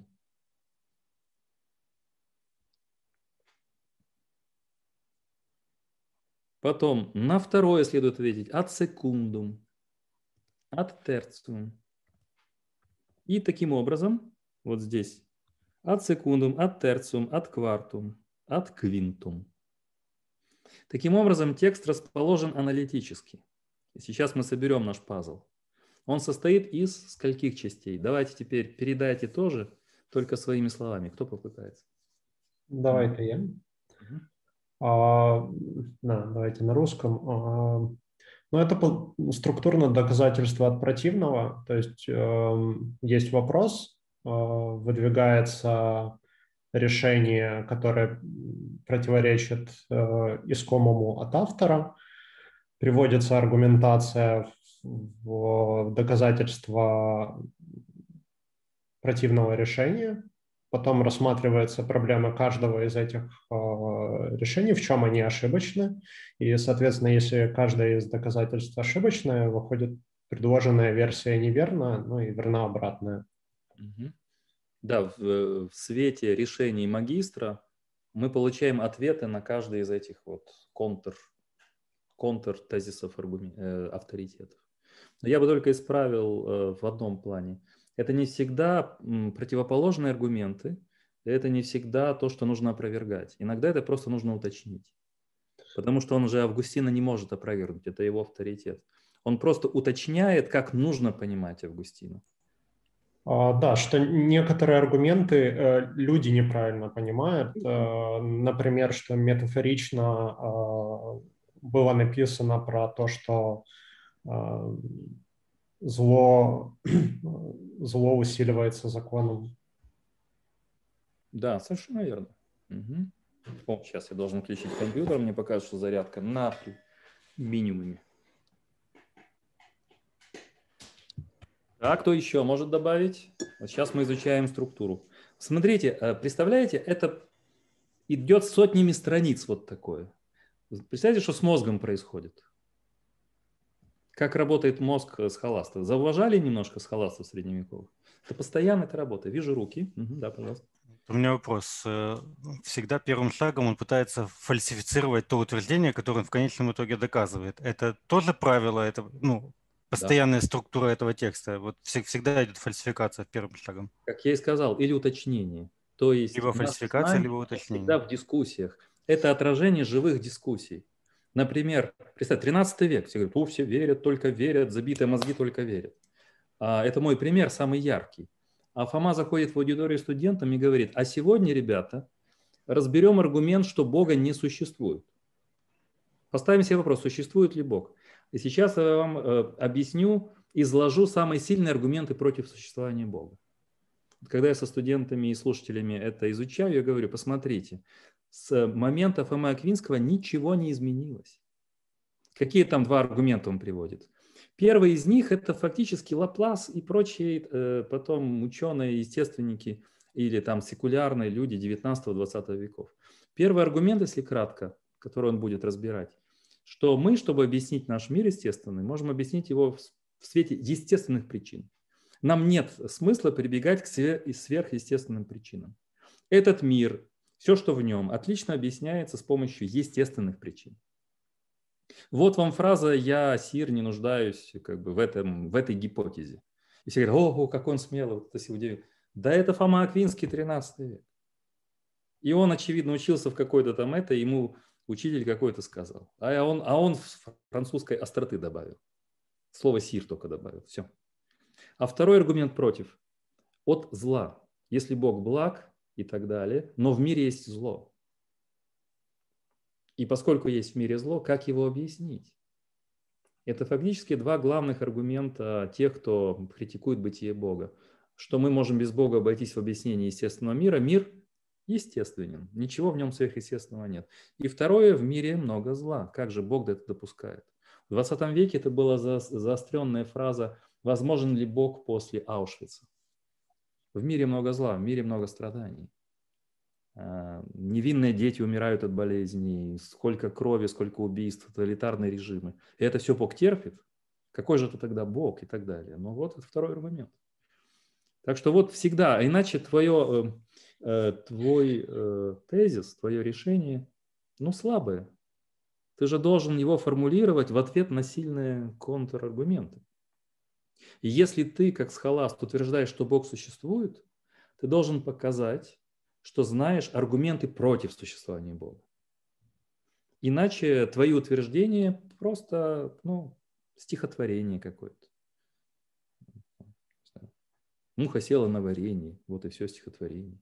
Потом на второе следует ответить ad secundum, ad tertium. И таким образом, вот здесь, ad secundum, ad tertium, ad quartum, ad quintum. Таким образом, текст расположен аналитически. Сейчас мы соберем наш пазл. Он состоит из скольких частей? Давайте теперь передайте тоже, только своими словами. Кто попытается? Давай-ка я. Угу. А, да, давайте на русском. А, ну, это структурное доказательство от противного. То есть э, есть вопрос, э, выдвигается решение, которое противоречит э, искомому от автора, приводится аргументация в доказательство противного решения, потом рассматривается проблема каждого из этих э, решений, в чем они ошибочны, и, соответственно, если каждое из доказательств ошибочное, выходит предложенная версия неверна, ну и верна обратная. Угу. Да, в, в свете решений магистра мы получаем ответы на каждый из этих вот контр, контр-тезисов э, авторитетов. Но я бы только исправил э, в одном плане. Это не всегда м, противоположные аргументы, это не всегда то, что нужно опровергать. Иногда это просто нужно уточнить. Потому что он уже Августина не может опровергнуть, это его авторитет. Он просто уточняет, как нужно понимать Августина. Да, что некоторые аргументы э, люди неправильно понимают. Э, например, что метафорично э, было написано про то, что э, зло, зло усиливается законом. Да, совершенно верно. Угу. О, сейчас я должен включить компьютер, мне покажет, что зарядка на минимуме. А кто еще может добавить? Вот сейчас мы изучаем структуру. Смотрите, представляете, это идет сотнями страниц вот такое. Представьте, что с мозгом происходит. Как работает мозг схоласта. Зауважали немножко схоластов средневековых? Это постоянно эта работа. Вижу руки. Угу, да, пожалуйста. У меня вопрос. Всегда первым шагом он пытается фальсифицировать то утверждение, которое он в конечном итоге доказывает. Это тоже правило, это ну, постоянная да. структура этого текста. Вот всегда идет фальсификация первым шагом. Как я и сказал, или уточнение. То есть либо фальсификация, либо уточнение. Всегда в дискуссиях. Это отражение живых дискуссий. Например, представь, тринадцатый век. Все говорят, о, все верят, только верят, забитые мозги только верят. А, это мой пример, самый яркий. А Фома заходит в аудиторию студентам и говорит, а сегодня, ребята, разберем аргумент, что Бога не существует. Поставим себе вопрос, существует ли Бог. И сейчас я вам э, объясню, изложу самые сильные аргументы против существования Бога. Когда я со студентами и слушателями это изучаю, я говорю, посмотрите, с момента Фомы Аквинского ничего не изменилось. Какие там два аргумента он приводит? Первый из них – это фактически Лаплас и прочие э, потом ученые, естественники или там секулярные люди девятнадцатого-двадцатого веков. Первый аргумент, если кратко, который он будет разбирать, что мы, чтобы объяснить наш мир естественный, можем объяснить его в, в свете естественных причин. Нам нет смысла прибегать к сверхъестественным причинам. Этот мир, все, что в нем, отлично объясняется с помощью естественных причин. Вот вам фраза «я, сир, не нуждаюсь как бы, в, этом, в этой гипотезе». И все говорят, ого, какой он смелый, вот это все удивительно. Да это Фома Аквинский, тринадцатый век. И он, очевидно, учился в какой-то там это, ему учитель какой-то сказал. А он, а он французской остроты добавил. Слово «сир» только добавил. Все. А второй аргумент против. От зла. Если Бог благ и так далее, но в мире есть зло. И поскольку есть в мире зло, как его объяснить? Это фактически два главных аргумента тех, кто критикует бытие Бога. Что мы можем без Бога обойтись в объяснении естественного мира. Мир естественен, ничего в нем сверхъестественного нет. И второе, в мире много зла. Как же Бог это допускает? В двадцатом веке это была заостренная фраза «Возможен ли Бог после Аушвица?» В мире много зла, в мире много страданий. Невинные дети умирают от болезней, сколько крови, сколько убийств, тоталитарные режимы. И это все Бог терпит. Какой же это тогда Бог и так далее? Ну вот это второй аргумент. Так что вот всегда, иначе твое, э, твой э, тезис, твое решение, ну слабое. Ты же должен его формулировать в ответ на сильные контраргументы. И если ты, как схоласт, утверждаешь, что Бог существует, ты должен показать, что знаешь аргументы против существования Бога. Иначе твои утверждения просто ну, стихотворение какое-то. Муха села на варенье, вот и все стихотворение.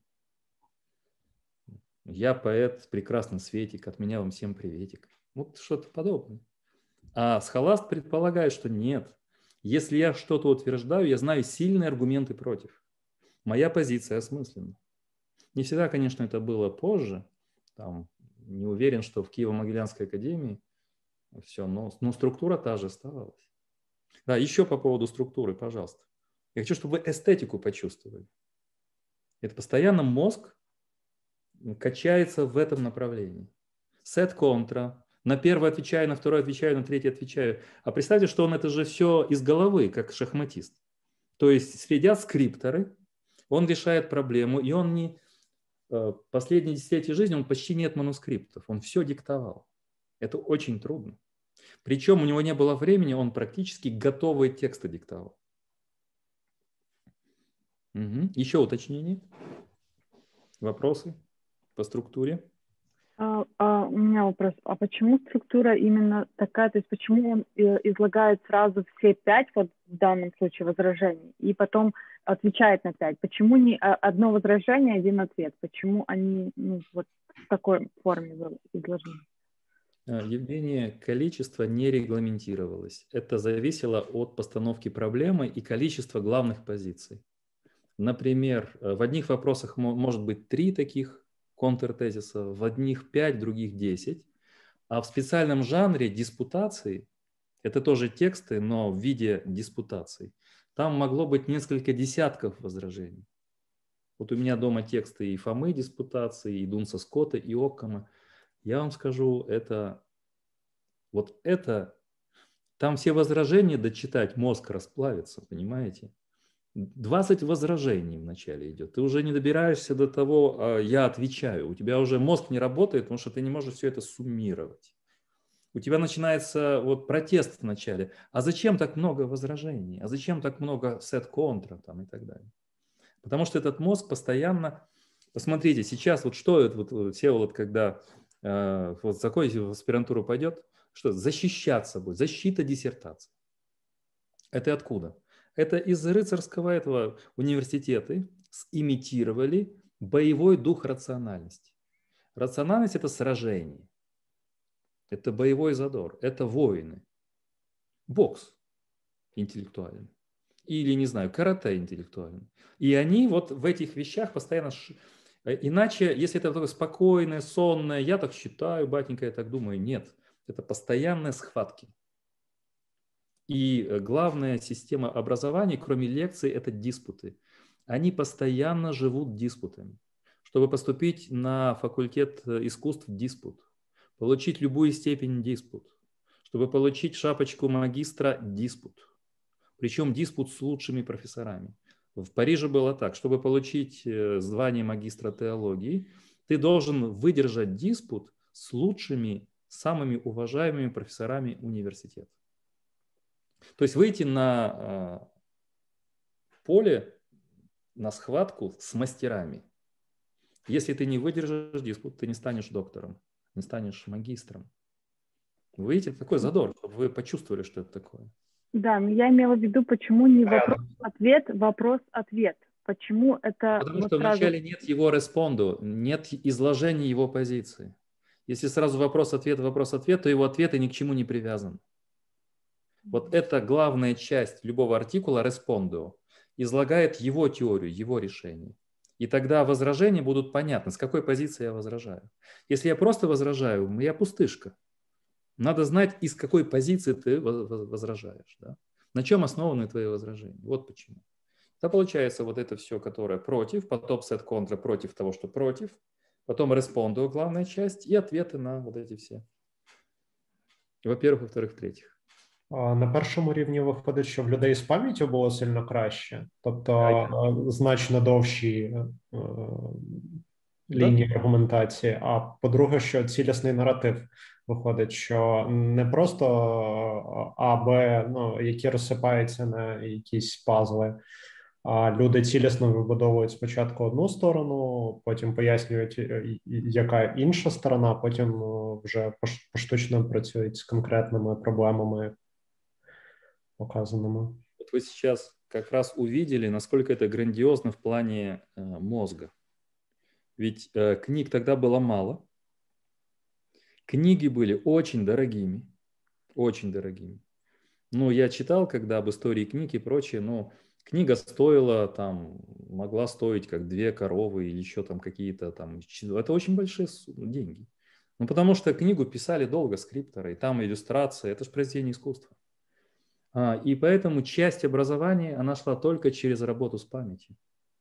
Я поэт, прекрасный светик, от меня вам всем приветик. Вот что-то подобное. А схоласт предполагает, что нет. Если я что-то утверждаю, я знаю сильные аргументы против. Моя позиция осмысленна. Не всегда, конечно, это было позже. Там, не уверен, что в Киево-Могилянской академии все, но, но структура та же оставалась. Да, еще по поводу структуры, пожалуйста. Я хочу, чтобы вы эстетику почувствовали. Это постоянно мозг качается в этом направлении. Сет-контра. На первый отвечаю, на второй отвечаю, на третий отвечаю. А представьте, что он это же все из головы, как шахматист. То есть следят скрипторы, он решает проблему, и он не... Последние десятилетия жизни он почти нет манускриптов, он все диктовал. Это очень трудно. Причем у него не было времени, он практически готовые тексты диктовал. Угу. Еще уточнение? Вопросы по структуре? А, а, у меня вопрос. А почему структура именно такая? То есть почему он излагает сразу все пять, вот в данном случае, возражений, и потом отвечает на пять? Почему не одно возражение, один ответ? Почему они ну, вот в такой форме изложены? Евгения, количество не регламентировалось. Это зависело от постановки проблемы и количества главных позиций. Например, в одних вопросах может быть три таких контртезиса, в одних пять, в других десять. А в специальном жанре диспутации, это тоже тексты, но в виде диспутаций, там могло быть несколько десятков возражений. Вот у меня дома тексты и Фомы диспутации, и Дунса Скотта, и Оккама. Я вам скажу, это вот это, там все возражения дочитать, мозг расплавится, понимаете? двадцать возражений вначале идет. Ты уже не добираешься до того, а, я отвечаю. У тебя уже мозг не работает, потому что ты не можешь все это суммировать. У тебя начинается вот протест вначале. А зачем так много возражений? А зачем так много сет-контра там и так далее? Потому что этот мозг постоянно... Посмотрите, сейчас вот что это, вот, Всеволод, когда э, вот закончит, в аспирантуру пойдет, что защищаться будет, защита диссертации. Это откуда? Это из рыцарского этого университета имитировали боевой дух рациональности. Рациональность – это сражение, это боевой задор, это воины. Бокс интеллектуальный. Или, не знаю, карате интеллектуальный. И они вот в этих вещах постоянно... Ш... Иначе, если это такое спокойное, сонное, я так считаю, батенька, я так думаю, нет. Это постоянные схватки. И главная система образования, кроме лекций, это диспуты. Они постоянно живут диспутами. Чтобы поступить на факультет искусств – диспут. Получить любую степень – диспут. Чтобы получить шапочку магистра – диспут. Причем диспут с лучшими профессорами. В Париже было так. Чтобы получить звание магистра теологии, ты должен выдержать диспут с лучшими, самыми уважаемыми профессорами университета. То есть выйти на э, поле, на схватку с мастерами. Если ты не выдержишь диспут, ты не станешь доктором, не станешь магистром. Выйти такой задор, чтобы вы почувствовали, что это такое. Да, но я имела в виду, почему не вопрос-ответ, вопрос-ответ. Почему это... Потому вот что сразу... вначале нет его респонду, нет изложения его позиции. Если сразу вопрос-ответ, вопрос-ответ, то его ответы ни к чему не привязаны. Вот это главная часть любого артикула респондо, излагает его теорию, его решение. И тогда возражения будут понятны, с какой позиции я возражаю. Если я просто возражаю, я пустышка. Надо знать, из какой позиции ты возражаешь. Да? На чем основаны твои возражения. Вот почему. Это получается вот это все, которое против, потом сет-контра против того, что против, потом респондо, главная часть, и ответы на вот эти все. Во-первых, во-вторых, в-третьих. На першому рівні виходить, що в людей з пам'яттю було сильно краще, тобто значно довші е, лінії аргументації, а по-друге, що цілісний наратив виходить, що не просто А, Б, ну, які розсипаються на якісь пазли, а люди цілісно вибудовують спочатку одну сторону, потім пояснюють, яка інша сторона, потім вже поштучно працюють з конкретними проблемами, показанными. Вот вы сейчас как раз увидели, насколько это грандиозно в плане э, мозга. Ведь э, книг тогда было мало. Книги были очень дорогими. Очень дорогими. Ну, я читал, когда об истории книг и прочее, но книга стоила, там, могла стоить как две коровы или еще там какие-то там... Это очень большие деньги. Ну, потому что книгу писали долго скрипторы, и там иллюстрация, это же произведение искусства. И поэтому часть образования, она шла только через работу с памятью.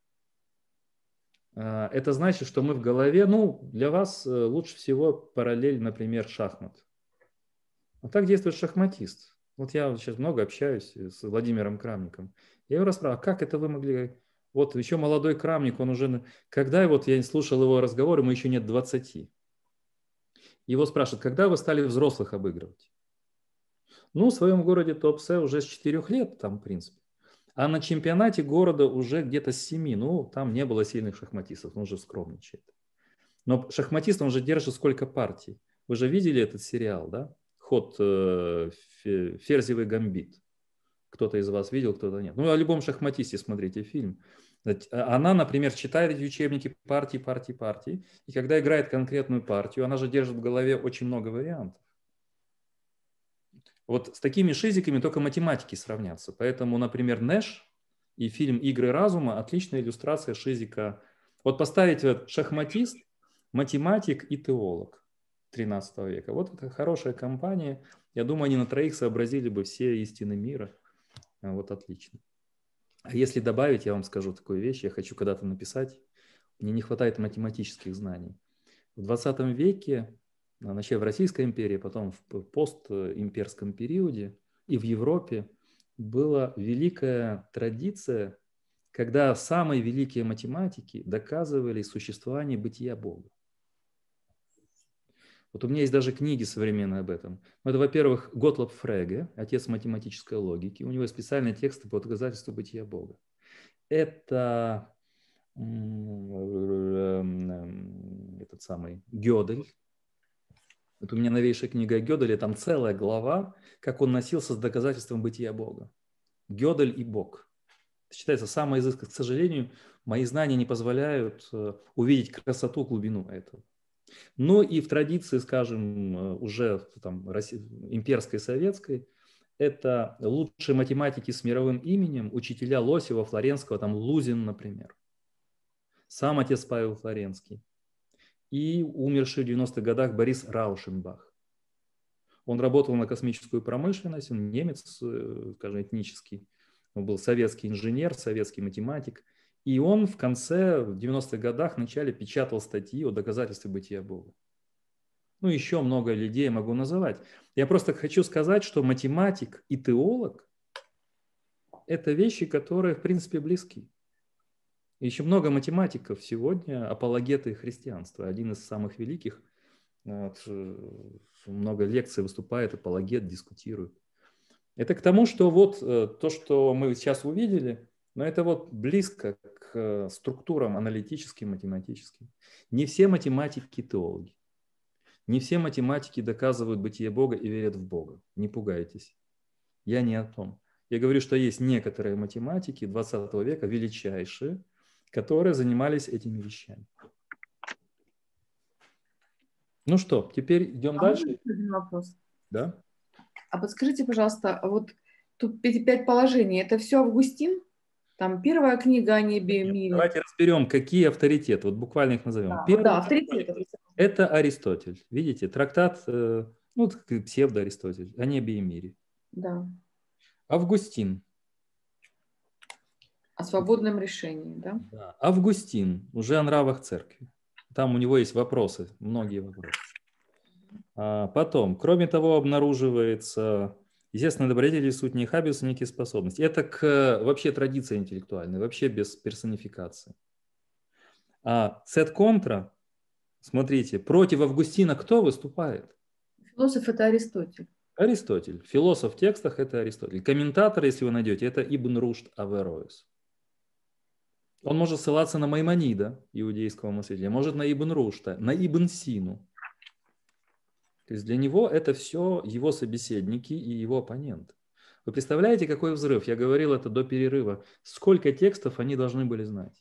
Это значит, что мы в голове, ну, для вас лучше всего параллель, например, шахмат. Вот так действует шахматист. Вот я сейчас много общаюсь с Владимиром Крамником. Я его расспрашиваю, а как это вы могли... Вот еще молодой Крамник, он уже... Когда вот я слушал его разговоры, ему еще нет двадцати. Его спрашивают, когда вы стали взрослых обыгрывать? Ну, в своем городе Туапсе уже с четырех лет там, в принципе. А на чемпионате города уже где-то с семи. Ну, там не было сильных шахматистов, он уже скромничает. Но шахматист, он же держит сколько партий. Вы же видели этот сериал, да? Ход э, «Ферзевый гамбит». Кто-то из вас видел, кто-то нет. Ну, о любом шахматисте смотрите фильм. Она, например, читает эти учебники партии, партии, партии. И когда играет конкретную партию, она же держит в голове очень много вариантов. Вот с такими шизиками только математики сравнятся. Поэтому, например, Нэш и фильм «Игры разума» – отличная иллюстрация шизика. Вот поставить вот шахматист, математик и теолог тринадцатого века. Вот это хорошая компания. Я думаю, они на троих сообразили бы все истины мира. Вот отлично. А если добавить, я вам скажу такую вещь, я хочу когда-то написать, мне не хватает математических знаний. В двадцатом веке, начав в Российской империи, потом в постимперском периоде и в Европе была великая традиция, когда самые великие математики доказывали существование бытия Бога. Вот у меня есть даже книги современные об этом. Это, во-первых, Готлоб Фреге, отец математической логики. У него есть специальные тексты по доказательству бытия Бога. Это этот самый Гёдель. Вот у меня новейшая книга о Гёделе, там целая глава, как он носился с доказательством бытия Бога. Гёдель и Бог. Это считается самое изысканное. К сожалению, мои знания не позволяют увидеть красоту, глубину этого. Но и в традиции, скажем, уже там, имперской, советской, это лучшие математики с мировым именем, учителя Лосева, Флоренского, там Лузин, например. Сам отец Павел Флоренский. И умерший в девяностых годах Борис Раушенбах. Он работал на космическую промышленность, он немец, скажем, этнический. Он был советский инженер, советский математик. И он в конце, в девяностых годах, в начале печатал статьи о доказательстве бытия Бога. Ну, еще много людей могу называть. Я просто хочу сказать, что математик и теолог – это вещи, которые, в принципе, близки. Еще много математиков сегодня апологеты христианства. Один из самых великих, много лекций выступает, апологет, дискутирует. Это к тому, что вот то, что мы сейчас увидели, но это вот близко к структурам аналитическим, математическим. Не все математики теологи. Не все математики доказывают бытие Бога и верят в Бога. Не пугайтесь. Я не о том. Я говорю, что есть некоторые математики двадцатого века, величайшие, которые занимались этими вещами. Ну что, теперь идем а дальше. Один вопрос. Да? А подскажите, пожалуйста, вот тут пять положений, это все Августин? Там первая книга о небе и мире. Давайте разберем, какие авторитеты. Вот буквально их назовем. Да, Первый да, авторитеты. Это Аристотель. Видите, трактат, ну, псевдо-Аристотель, о небе и мире. Да. Августин. О свободном решении, да? Да. Августин, уже о нравах церкви. Там у него есть вопросы, многие вопросы. А потом, кроме того, обнаруживается, естественно, добродетели суть не хабиус, некие способности. Это к вообще традиции интеллектуальной, вообще без персонификации. А сет контра, смотрите, против Августина кто выступает? Философ – это Аристотель. Аристотель. Философ в текстах – это Аристотель. Комментатор, если вы найдете, это Ибн Рушд Авероис. Он может ссылаться на Маймонида, иудейского мыслителя, может на Ибн Рушда, на Ибн Сину. То есть для него это все его собеседники и его оппоненты. Вы представляете, какой взрыв? Я говорил это до перерыва. Сколько текстов они должны были знать?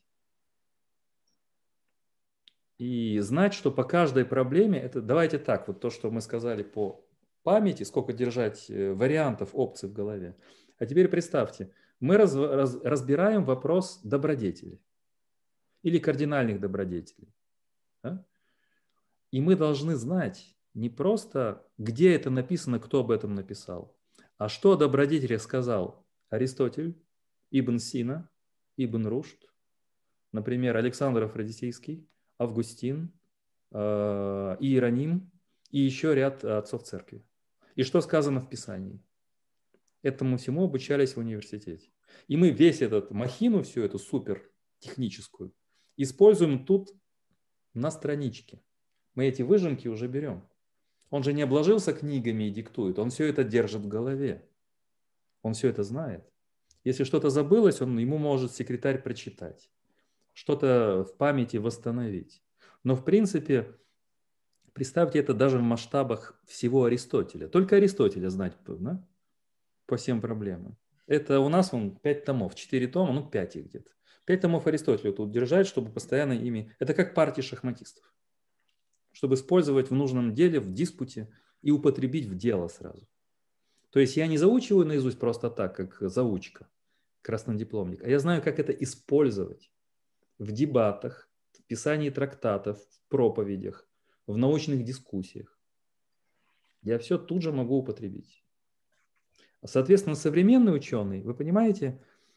И знать, что по каждой проблеме, это давайте так, вот то, что мы сказали по памяти, сколько держать вариантов, опций в голове. А теперь представьте, мы раз, раз, разбираем вопрос добродетели или кардинальных добродетелей. Да? И мы должны знать не просто, где это написано, кто об этом написал, а что о добродетели сказал Аристотель, Ибн Сина, Ибн Рушд, например, Александр Афродисийский, Августин, Иероним и еще ряд отцов церкви. И что сказано в Писании? Этому всему обучались в университете. И мы весь этот махину, всю эту супер техническую, используем тут на страничке. Мы эти выжимки уже берем. Он же не обложился книгами и диктует, он все это держит в голове. Он все это знает. Если что-то забылось, он, ему может секретарь прочитать. Что-то в памяти восстановить. Но в принципе, представьте это даже в масштабах всего Аристотеля. Только Аристотеля знать, да? По всем проблемам. Это у нас вон пять томов, четыре тома, ну пять их где-то. Пять томов Аристотеля тут держать, чтобы постоянно ими... Это как партия шахматистов. Чтобы использовать в нужном деле, в диспуте и употребить в дело сразу. То есть я не заучиваю наизусть просто так, как заучка, краснодипломник, а я знаю, как это использовать в дебатах, в писании трактатов, в проповедях, в научных дискуссиях. Я все тут же могу употребить. Соответственно, современный ученый, вы понимаете,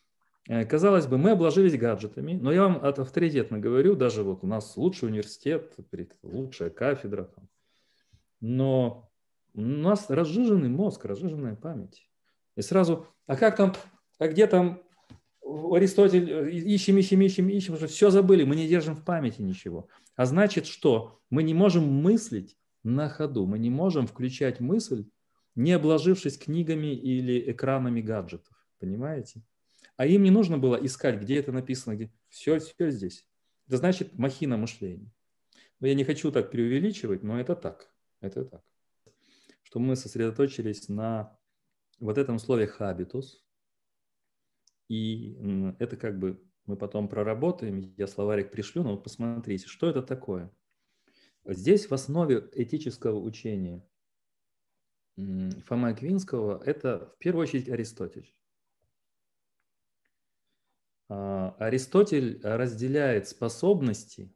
Казалось бы, мы обложились гаджетами, но я вам авторитетно говорю, даже вот у нас лучший университет, лучшая кафедра, но у нас разжиженный мозг, разжиженная память. И сразу, а как там, а где там Аристотель, ищем, ищем, ищем, ищем, уже все забыли, мы не держим в памяти ничего. А значит, что мы не можем мыслить на ходу, мы не можем включать мысль, не обложившись книгами или экранами гаджетов, понимаете? А им не нужно было искать, где это написано, где все, все здесь. Это значит махина мышления. Но я не хочу так преувеличивать, но это так, это так. Что мы сосредоточились на вот этом слове «habitus», и это как бы мы потом проработаем, я словарик пришлю, но вот посмотрите, что это такое. Здесь в основе этического учения Фомы Аквинского это в первую очередь Аристотель. Аристотель разделяет способности,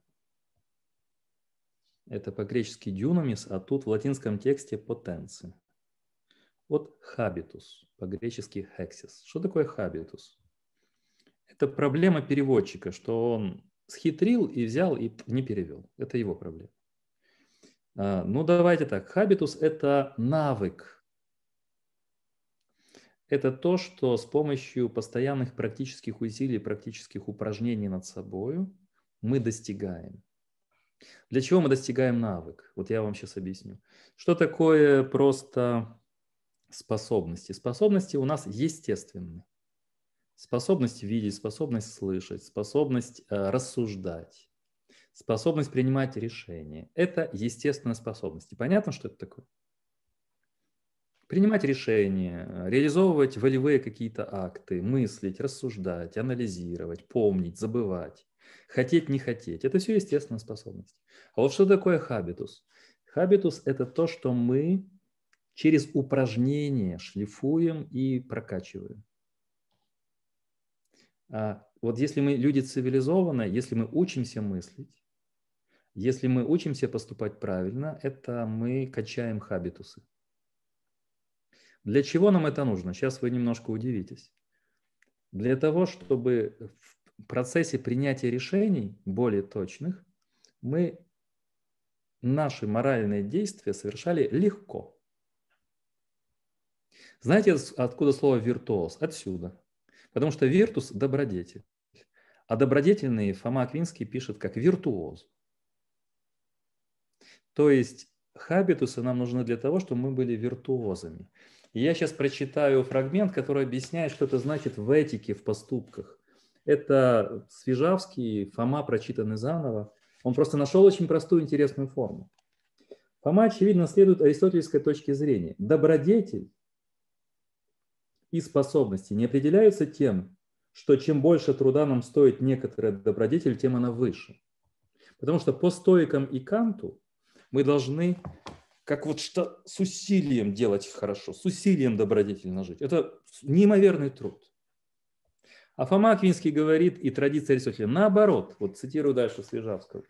это по-гречески «дюнамис», а тут в латинском тексте «потенция». Вот «habitus», по-гречески «hexis». Что такое «habitus»? Это проблема переводчика, что он схитрил и взял и не перевел. Это его проблема. Ну, давайте так. Habitus – это навык. Это то, что с помощью постоянных практических усилий, практических упражнений над собой мы достигаем. Для чего мы достигаем навык? Вот я вам сейчас объясню. Что такое просто способности? Способности у нас естественные. Способность видеть, способность слышать, способность э, рассуждать, способность принимать решения. Это естественные способности. Понятно, что это такое? Принимать решения, реализовывать волевые какие-то акты, мыслить, рассуждать, анализировать, помнить, забывать, хотеть, не хотеть. Это все естественные способности. А вот что такое хабитус? Хабитус – это то, что мы через упражнения шлифуем и прокачиваем. А вот если мы люди цивилизованные, если мы учимся мыслить, если мы учимся поступать правильно, это мы качаем хабитусы. Для чего нам это нужно? Сейчас вы немножко удивитесь. Для того, чтобы в процессе принятия решений более точных мы наши моральные действия совершали легко. Знаете, откуда слово «виртуоз»? Отсюда. Потому что виртус – добродетель. А добродетельный Фома Аквинский пишет как виртуоз. То есть хабитусы нам нужны для того, чтобы мы были виртуозами. И я сейчас прочитаю фрагмент, который объясняет, что это значит в этике, в поступках. Это Свежавский, Фома, прочитанный заново. Он просто нашел очень простую, интересную форму. Фома, очевидно, следует аристотельской точке зрения. Добродетель и способности не определяются тем, что чем больше труда нам стоит некоторая добродетель, тем она выше. Потому что по стоикам и Канту мы должны как вот что с усилием делать хорошо, с усилием добродетельно жить. Это неимоверный труд. А Фома Аквинский говорит, и традиция Аристотеля, наоборот, вот цитирую дальше Свежавского.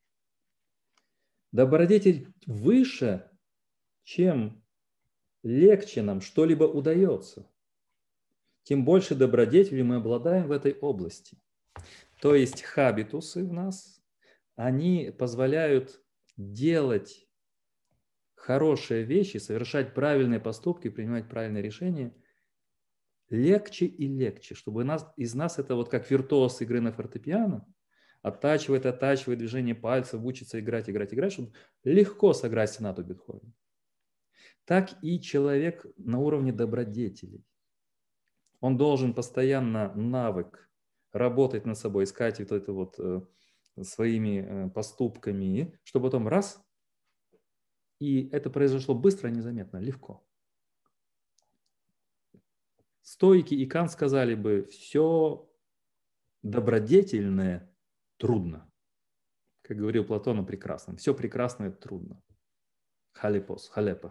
Добродетель выше, чем легче нам что-либо удается, тем больше добродетелей мы обладаем в этой области. То есть хабитусы в нас, они позволяют делать хорошие вещи, совершать правильные поступки, принимать правильные решения легче и легче, чтобы нас, из нас это вот как виртуоз игры на фортепиано, оттачивает, оттачивает движение пальцев, учится играть, играть, играть, чтобы легко сыграть сонату Бетховена. Так и человек на уровне добродетелей. Он должен постоянно навык работать над собой, искать вот это вот э, своими э, поступками, чтобы потом раз, и это произошло быстро, незаметно, легко. Стоики и Кант сказали бы, все добродетельное трудно. Как говорил Платон о прекрасном, все прекрасное трудно. Халепос, халепа.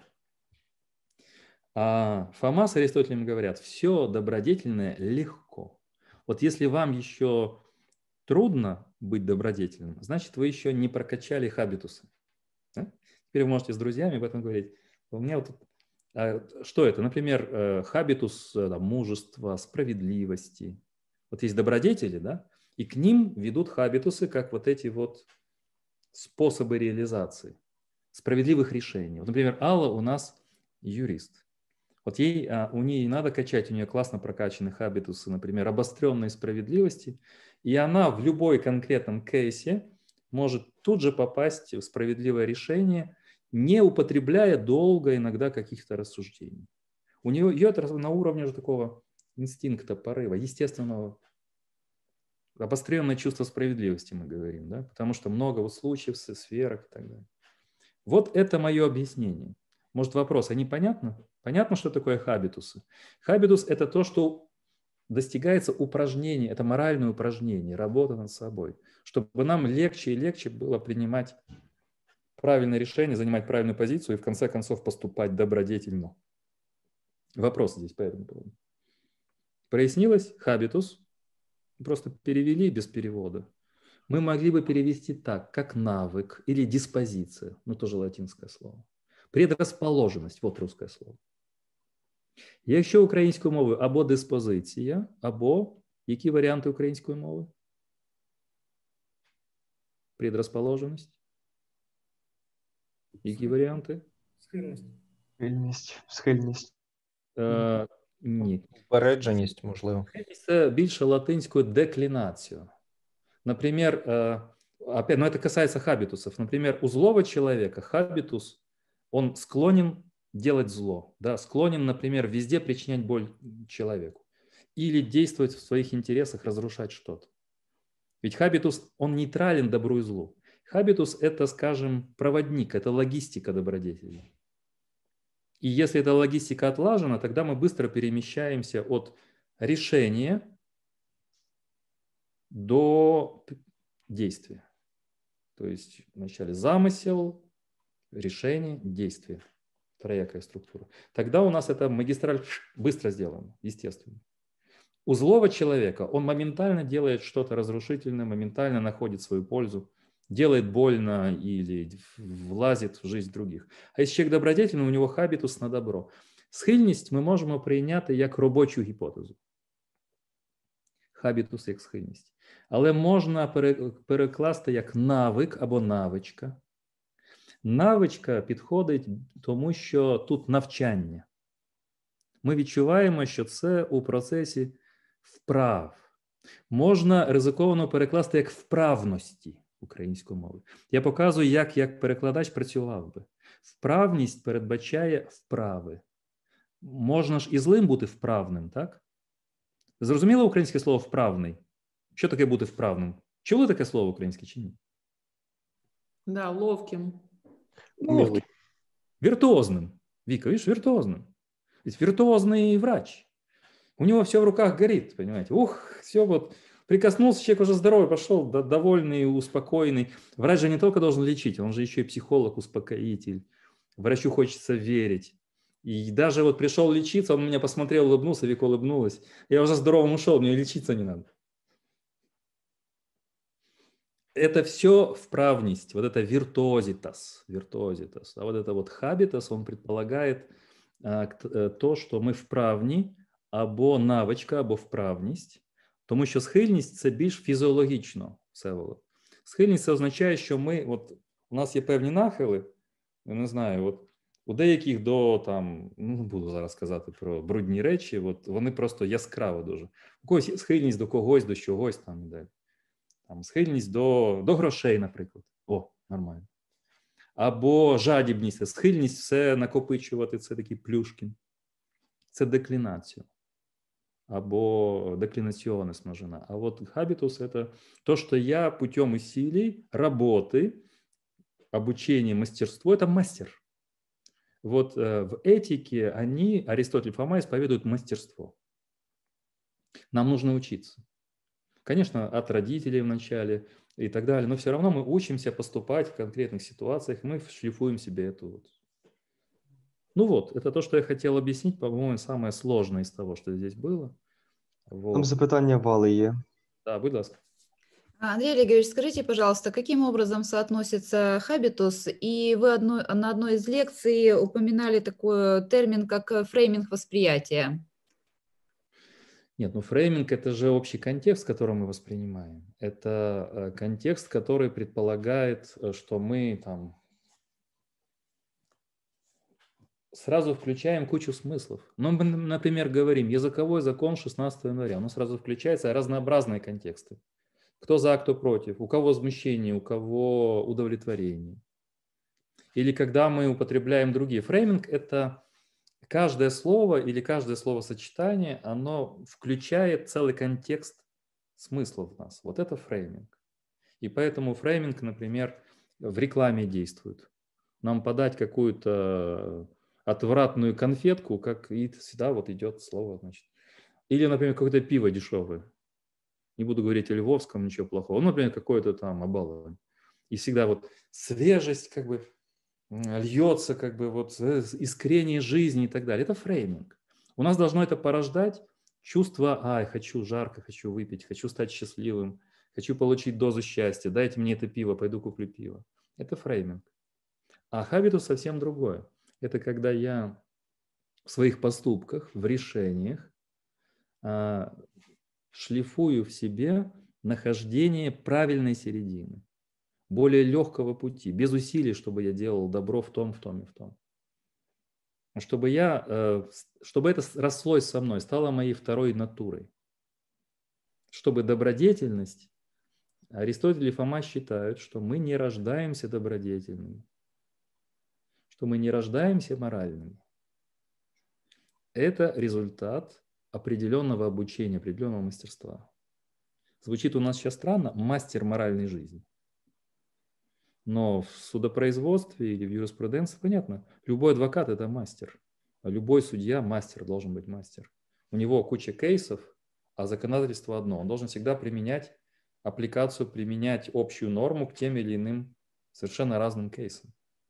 А Фома с Аристотелем говорят, все добродетельное легко. Вот если вам еще трудно быть добродетельным, значит, вы еще не прокачали хабитусы. Да? Теперь вы можете с друзьями об этом говорить. У меня вот а что это? Например, хабитус там, мужества, справедливости. Вот есть добродетели, да, и к ним ведут хабитусы, как вот эти вот способы реализации справедливых решений. Вот, например, Алла у нас юрист. Вот ей, а, у нее надо качать, у нее классно прокачаны хабитусы, например, обостренной справедливости, и она в любой конкретном кейсе может тут же попасть в справедливое решение, не употребляя долго иногда каких-то рассуждений. У нее ее это на уровне уже такого инстинкта, порыва, естественного, обостренное чувство справедливости мы говорим, да, потому что много вот случаев, сферах и так далее. Вот это мое объяснение. Может, вопрос, а непонятно? Понятно, что такое хабитусы? Хабитус – это то, что достигается упражнение, это моральное упражнение, работа над собой, чтобы нам легче и легче было принимать правильное решение, занимать правильную позицию и в конце концов поступать добродетельно. Вопрос здесь по этому поводу. Прояснилось? Хабитус. Просто перевели без перевода. Мы могли бы перевести так, как навык или диспозиция, ну тоже латинское слово. Предрасположенность, вот русское слово. Якщо українською мовою або диспозиція, або які варіанти української мови? Предрасположеність. Які варіанти? Схильність. Схильність. Схильність. Е, ні. Упередженість, можливо. Це більше латинською деклінацію. Например, э, опять, но это касается хабитусов. Например, у злого человека хабитус, он склонен делать зло, да, склонен, например, везде причинять боль человеку или действовать в своих интересах, разрушать что-то. Ведь хабитус, он нейтрален добру и злу. Хабитус – это, скажем, проводник, это логистика добродетели. И если эта логистика отлажена, тогда мы быстро перемещаемся от решения до действия. То есть вначале замысел, решение, действие. Троякая структура. Тогда у нас эта магистраль быстро сделана, естественно. У злого человека он моментально делает что-то разрушительное, моментально находит свою пользу, делает больно или влазит в жизнь других. А если человек добродетельный, у него хабитус на добро. Схильність ми можемо прийняти як робочу гіпотезу. Хабітус як схильність. Але можна перекласти як навик або навичка. Навичка підходить тому, що тут навчання. Ми відчуваємо, що це у процесі вправ. Можна ризиковано перекласти як вправності української мови. Я показую, як як перекладач працював би. Вправність передбачає вправи. Можна ж і злим бути вправним, так? Зрозуміло українське слово «вправний»? Що таке бути вправним? Чули таке слово українське чи ні? Да, ловким. Ловким. Виртуозным. Вика, видишь, виртуозным. Ведь виртуозный врач. У него все в руках горит, понимаете? Ух, все вот. Прикоснулся, человек уже здоровый, пошел, довольный, успокоенный. Врач же не только должен лечить, он же еще и психолог, успокоитель. Врачу хочется верить. И даже вот пришел лечиться, он меня посмотрел, улыбнулся, Вика улыбнулась. Я уже здоровым ушел, мне лечиться не надо. Это все вправность, вот это виртуозитас, виртуозитас. А вот это вот хабитас, он предполагает а, то, що ми вправні, або навичка, або вправність. Тому що схильність – це більш фізіологічно, Всеволод. Схильність – це означає, що ми, от у нас є певні нахили, я не знаю, от у деяких до, там, ну, буду зараз казати про брудні речі, от вони просто яскраво дуже. У когось є схильність до когось, до чогось там і далі. Там, схильність до, до грошей, наприклад. О, нормально. Або жадібність, схильність все накопичувати, це такий Плюшкін. Це деклінація. Або деклинационность множина. А вот хабитус – это то, что я путем усилий, работы, обучения, мастерства – это мастер. Вот э, в этике они, Аристотель, Фома, исповедуют мастерство. Нам нужно учиться. Конечно, от родителей вначале и так далее, но все равно мы учимся поступать в конкретных ситуациях, мы шлифуем себе эту вот. Ну вот, это то, что я хотел объяснить, по-моему, самое сложное из того, что здесь было. Вот. Там запитання Вали є. Да, будь ласка. Андрей Олегович, скажите, пожалуйста, каким образом соотносится хабитус? И вы одной, на одной из лекций упоминали такой термин, как фрейминг восприятия. Нет, ну фрейминг – это же общий контекст, который мы воспринимаем. Это э, контекст, который предполагает, э, что мы там сразу включаем кучу смыслов. Ну, мы, например, говорим языковой закон шестнадцатого января. У нас сразу включаются разнообразные контексты. Кто за, кто против, у кого возмущение, у кого удовлетворение. Или когда мы употребляем другие. Фрейминг – это каждое слово или каждое словосочетание, оно включает целый контекст смысла в нас. Вот это фрейминг. И поэтому фрейминг, например, в рекламе действует. Нам подать какую-то отвратную конфетку, как и всегда вот идет слово, значит. Или, например, какое-то пиво дешевое. Не буду говорить о львовском, ничего плохого. Ну, например, какое-то там обалование. И всегда вот свежесть как бы льется, как бы вот искрение жизни и так далее. Это фрейминг. У нас должно это порождать чувство, ай, хочу жарко, хочу выпить, хочу стать счастливым, хочу получить дозу счастья, дайте мне это пиво, пойду куплю пиво. Это фрейминг. А хабитус совсем другое. Это когда я в своих поступках, в решениях а, шлифую в себе нахождение правильной середины, более легкого пути, без усилий, чтобы я делал добро в том, в том и в том. Чтобы, я, чтобы это расслось со мной, стало моей второй натурой. Чтобы добродетельность, Аристотель и Фома считают, что мы не рождаемся добродетельными, что мы не рождаемся моральными. Это результат определенного обучения, определенного мастерства. Звучит у нас сейчас странно, мастер моральной жизни. Но в судопроизводстве или в юриспруденции понятно, любой адвокат – это мастер, а любой судья – мастер, должен быть мастер. У него куча кейсов, а законодательство одно. Он должен всегда применять аппликацию, применять общую норму к тем или иным совершенно разным кейсам.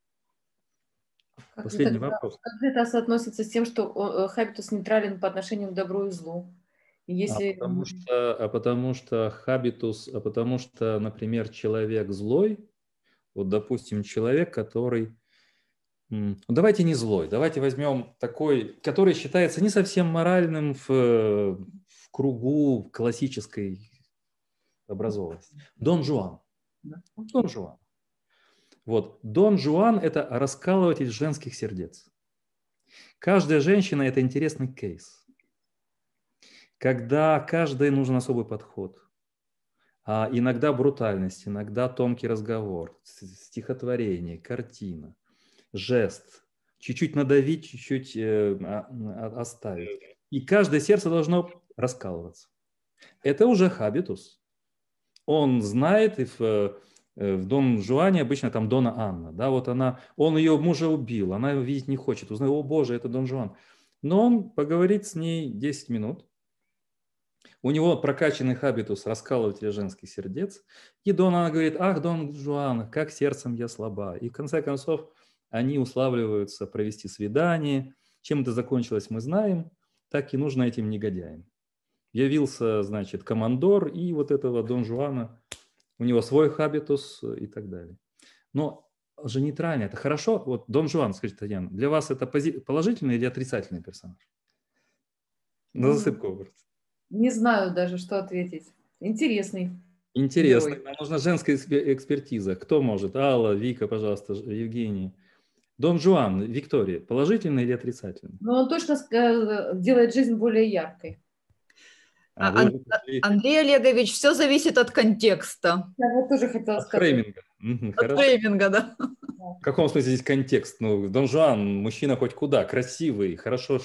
Как Последний это, вопрос. Как это соотносится с тем, что хабитус нейтрален по отношению к добру и злу? Если... А, потому что, а потому что хабитус, а потому что, например, человек злой, вот, допустим, человек, который... Давайте не злой, давайте возьмем такой, который считается не совсем моральным в, в кругу классической образованности. Дон Жуан. Дон Жуан. Вот. Дон Жуан – это раскалыватель женских сердец. Каждая женщина – это интересный кейс. Когда каждой нужен особый подход. А иногда брутальность, иногда тонкий разговор, стихотворение, картина, жест. Чуть-чуть надавить, чуть-чуть э, оставить. И каждое сердце должно раскалываться. Это уже хабитус. Он знает, и в, в Дон Жуане обычно там Дона Анна. Да, вот она, он ее мужа убил, она его видеть не хочет. Узнает, о боже, это Дон Жуан. Но он поговорит с ней десять минут. У него прокачанный хабитус раскалывателя женских сердец. И Дон Анна говорит, ах, Дон Жуан, как сердцем я слаба. И в конце концов они уславливаются провести свидание. Чем это закончилось, мы знаем. Так и нужно этим негодяям. Явился, значит, командор и вот этого Дон Жуана. У него свой хабитус и так далее. Но же нейтрально. Это хорошо. Вот Дон Жуан, скажите, Татьяна, для вас это положительный или отрицательный персонаж? На засыпку выбрать. Не знаю даже, что ответить. Интересный. Интересно. Герой. Нам нужна женская экспертиза. Кто может? Алла, Вика, пожалуйста, Евгения. Дон Жуан, Виктория, положительный или отрицательный? Но он точно делает жизнь более яркой. А А, вы... Андрей Олегович, все зависит от контекста. Я вот тоже хотела от сказать. Фрейминга. Угу, от хорошо. фрейминга, да. В каком смысле здесь контекст? Ну, Дон Жуан, мужчина хоть куда, красивый, хорошо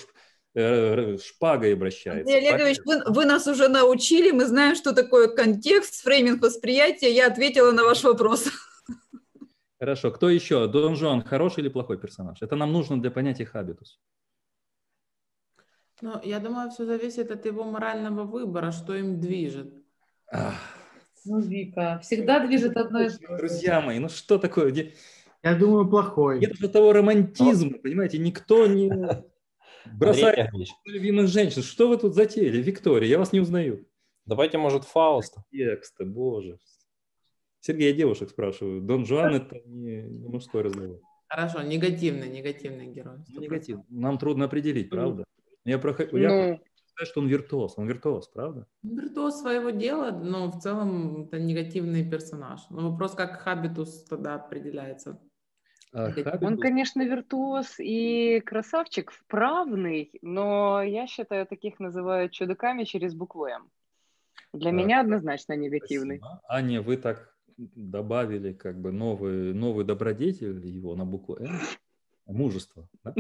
шпагой обращается. Андрей Олегович, вы, вы нас уже научили, мы знаем, что такое контекст, фрейминг восприятия. Я ответила на ваш вопрос. Хорошо. Кто еще? Дон Жуан хороший или плохой персонаж? Это нам нужно для понятия хабитус. Ну, я думаю, все зависит от его морального выбора, что им движет. Ах. Ну, Вика, всегда движет одно и то же. Друзья мои, ну что такое? Я думаю, плохой. Нет же того романтизма, понимаете? Никто не бросает любимых женщин. Что вы тут затеяли, Виктория? Я вас не узнаю. Давайте, может, Фауста. Тексты, боже. Сергей, я девушек спрашиваю. Дон Жуан – это не, не мужской разговор. Хорошо, негативный, негативный герой. Ну, негатив. Нам трудно определить, правда? Я, проход... Ну, я сказать, что он виртуоз. Он виртуоз, правда? Виртуоз своего дела, но в целом это негативный персонаж. Но вопрос, как хабитус тогда определяется. А хабитус... Он, конечно, виртуоз и красавчик вправный, но я считаю, таких называют чудаками через букву «М». Для а, меня однозначно негативный. Спасибо. Аня, вы так добавили как бы новый, новый добродетель его на букву «М». Мужество. Да?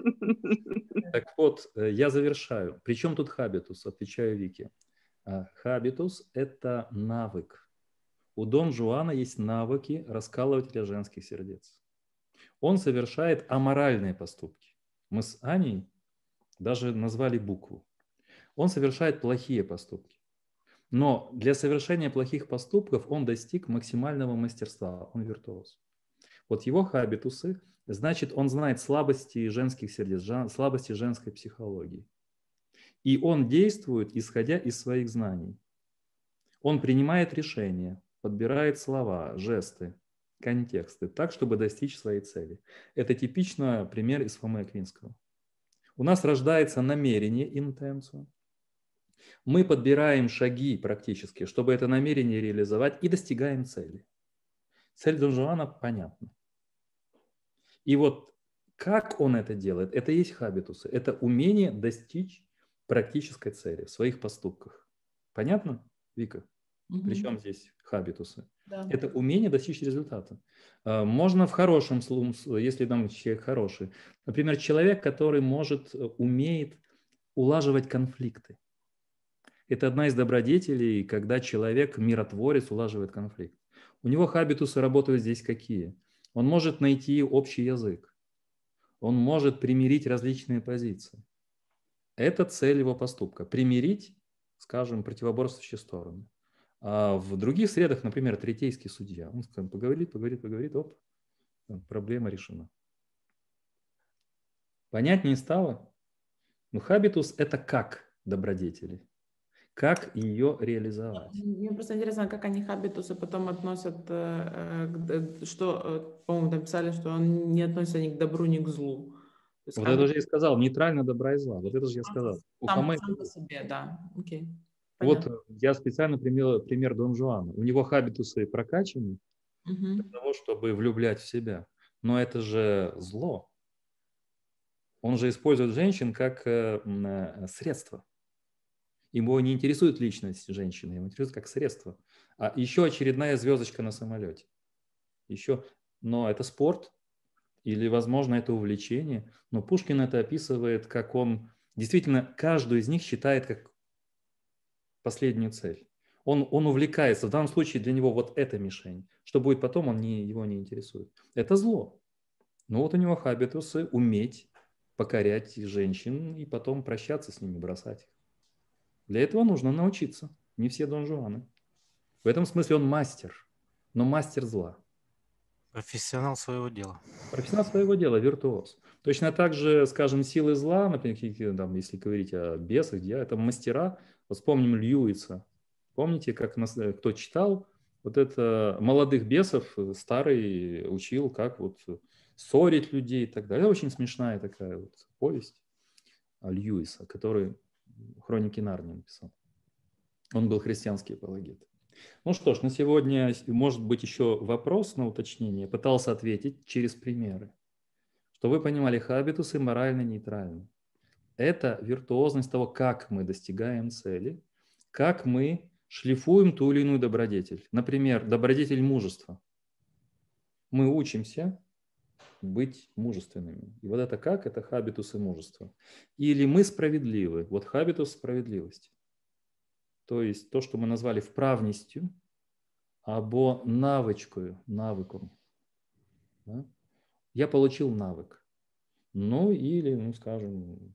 Так вот, я завершаю. Причем тут хабитус? Отвечаю Вике. Хабитус – это навык. У Дон Жуана есть навыки раскалывателя женских сердец. Он совершает аморальные поступки. Мы с Аней даже назвали букву. Он совершает плохие поступки. Но для совершения плохих поступков он достиг максимального мастерства. Он виртуоз. Вот его хабитусы, значит, он знает слабости женских сердец, слабости женской психологии. И он действует, исходя из своих знаний. Он принимает решения, подбирает слова, жесты, контексты так, чтобы достичь своей цели. Это типичный пример из Фомы Аквинского. У нас рождается намерение, интенцию. Мы подбираем шаги практически, чтобы это намерение реализовать, и достигаем цели. Цель Дон Жуана понятна. И вот как он это делает, это и есть хабитусы. Это умение достичь практической цели в своих поступках. Понятно, Вика? Угу. Причем здесь хабитусы? Да. Это умение достичь результата. Можно в хорошем случае, если там человек хороший. Например, человек, который может, умеет улаживать конфликты. Это одна из добродетелей, когда человек, миротворец, улаживает конфликт. У него хабитусы работают здесь какие? Он может найти общий язык. Он может примирить различные позиции. Это цель его поступка. Примирить, скажем, противоборствующие стороны. А в других средах, например, третейский судья, он скажем, поговорит, поговорит, поговорит, оп, проблема решена. Понятнее стало? Ну, хабитус – это как добродетели. Как ее реализовать? Мне просто интересно, как они хабитусы потом относят, что, по-моему, там писали, что он не относится ни к добру, ни к злу. Вот хабитус... это же я сказал, нейтрально добра и зла. Вот это же я сказал. Сам, Фомы... сам по себе, да. Окей. Вот я специально пример, пример Дон Жуана. У него хабитусы прокачаны угу. для того, чтобы влюблять в себя. Но это же зло. Он же использует женщин как э, средство. Его не интересует личность женщины, его интересует как средство. А еще очередная звездочка на самолете. Еще, но это спорт или, возможно, это увлечение. Но Пушкин это описывает, как он действительно каждую из них считает как последнюю цель. Он, он увлекается. В данном случае для него вот эта мишень. Что будет потом, он не, его не интересует. Это зло. Но вот у него хабитусы уметь покорять женщин и потом прощаться с ними, бросать их. Для этого нужно научиться. Не все Дон Жуаны. В этом смысле он мастер, но мастер зла. Профессионал своего дела. Профессионал своего дела, виртуоз. Точно так же, скажем, силы зла, например, там, если говорить о бесах, да, это мастера. Вот вспомним Льюиса. Помните, как нас, кто читал, вот это молодых бесов старый учил, как вот ссорить людей и так далее. Это очень смешная такая вот повесть Льюиса, который «Хроники Нарнии» написал. Он был христианский апологет. Ну что ж, на сегодня может быть еще вопрос на уточнение. Пытался ответить через примеры. Чтобы вы понимали, хабитусы морально-нейтральны. Это виртуозность того, как мы достигаем цели, как мы шлифуем ту или иную добродетель. Например, добродетель мужества. Мы учимся быть мужественными. И вот это как? Это хабитусы мужества. Или мы справедливы. Вот хабитус справедливости. То есть то, что мы назвали вправністю або навичкою, навыком. Да? Я получил навык. Ну или, ну скажем,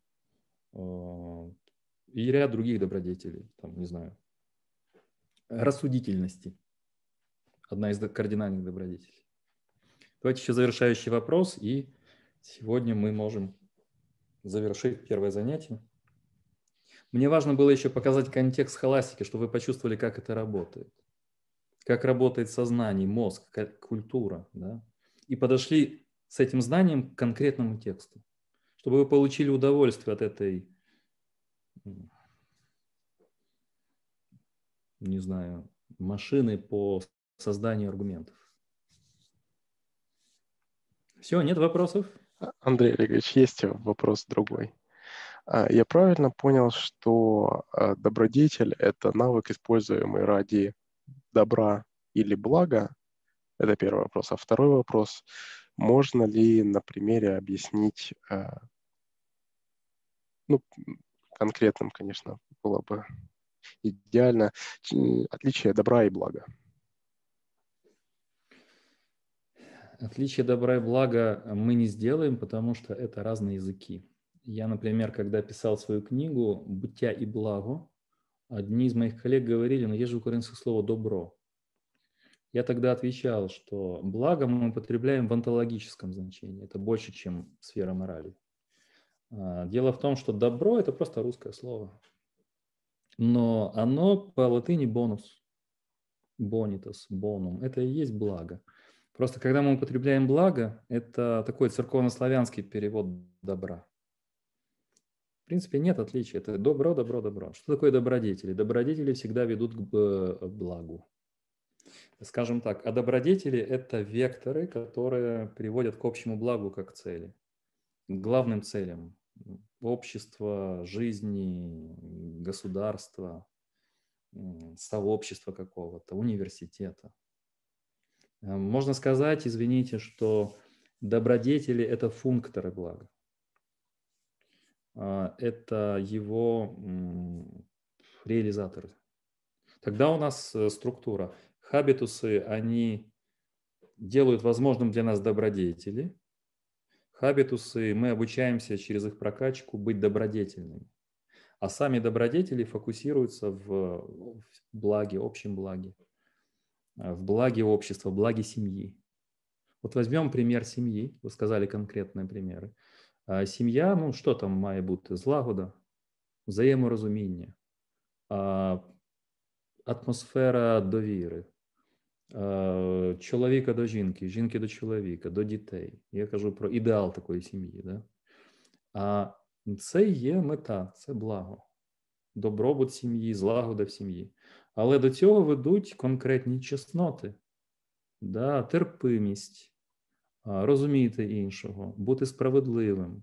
э, и ряд других добродетелей. Там, не знаю, рассудительности. Одна из кардинальных добродетелей. Давайте еще завершающий вопрос, и сегодня мы можем завершить первое занятие. Мне важно было еще показать контекст схоластики, чтобы вы почувствовали, как это работает. Как работает сознание, мозг, как культура. Да? И подошли с этим знанием к конкретному тексту. Чтобы вы получили удовольствие от этой не знаю, машины по созданию аргументов. Все, нет вопросов? Андрей Олегович, есть вопрос другой. Я правильно понял, что добродетель – это навык, используемый ради добра или блага? Это первый вопрос. А второй вопрос – можно ли на примере объяснить, ну, конкретным, конечно, было бы идеально, отличие добра и блага? Отличие добра и блага мы не сделаем, потому что это разные языки. Я, например, когда писал свою книгу «Буття и благо», одни из моих коллег говорили, но есть же украинское слово «добро». Я тогда отвечал, что благо мы употребляем в онтологическом значении. Это больше, чем сфера морали. Дело в том, что добро – это просто русское слово. Но оно по латыни «бонус», «bonitas», «bonum» – это и есть благо. Просто когда мы употребляем благо, это такой церковнославянский перевод добра. В принципе, нет отличия. Это добро, добро, добро. Что такое добродетели? Добродетели всегда ведут к благу. Скажем так, а добродетели – это векторы, которые приводят к общему благу как цели, к главным целям общества, жизни, государства, сообщества какого-то, университета. Можно сказать, извините, что добродетели – это функторы блага. Это его реализаторы. Тогда у нас структура. Хабитусы, они делают возможным для нас добродетели. Хабитусы, мы обучаемся через их прокачку быть добродетельными. А сами добродетели фокусируются в благе, общем благе, в благе общества, в благе семьи. Вот возьмем пример семьи. Вы сказали конкретные примеры. Сім'я, ну що там має бути? Злагода, взаєморозуміння, атмосфера довіри, чоловіка до жінки, жінки до чоловіка, до дітей. Я кажу про ідеал такої сім'ї. Да? А це є мета, це благо. Добробут сім'ї, злагода в сім'ї. Але до цього ведуть конкретні чесноти, да? Терпимість, розуміти іншого, бути справедливим,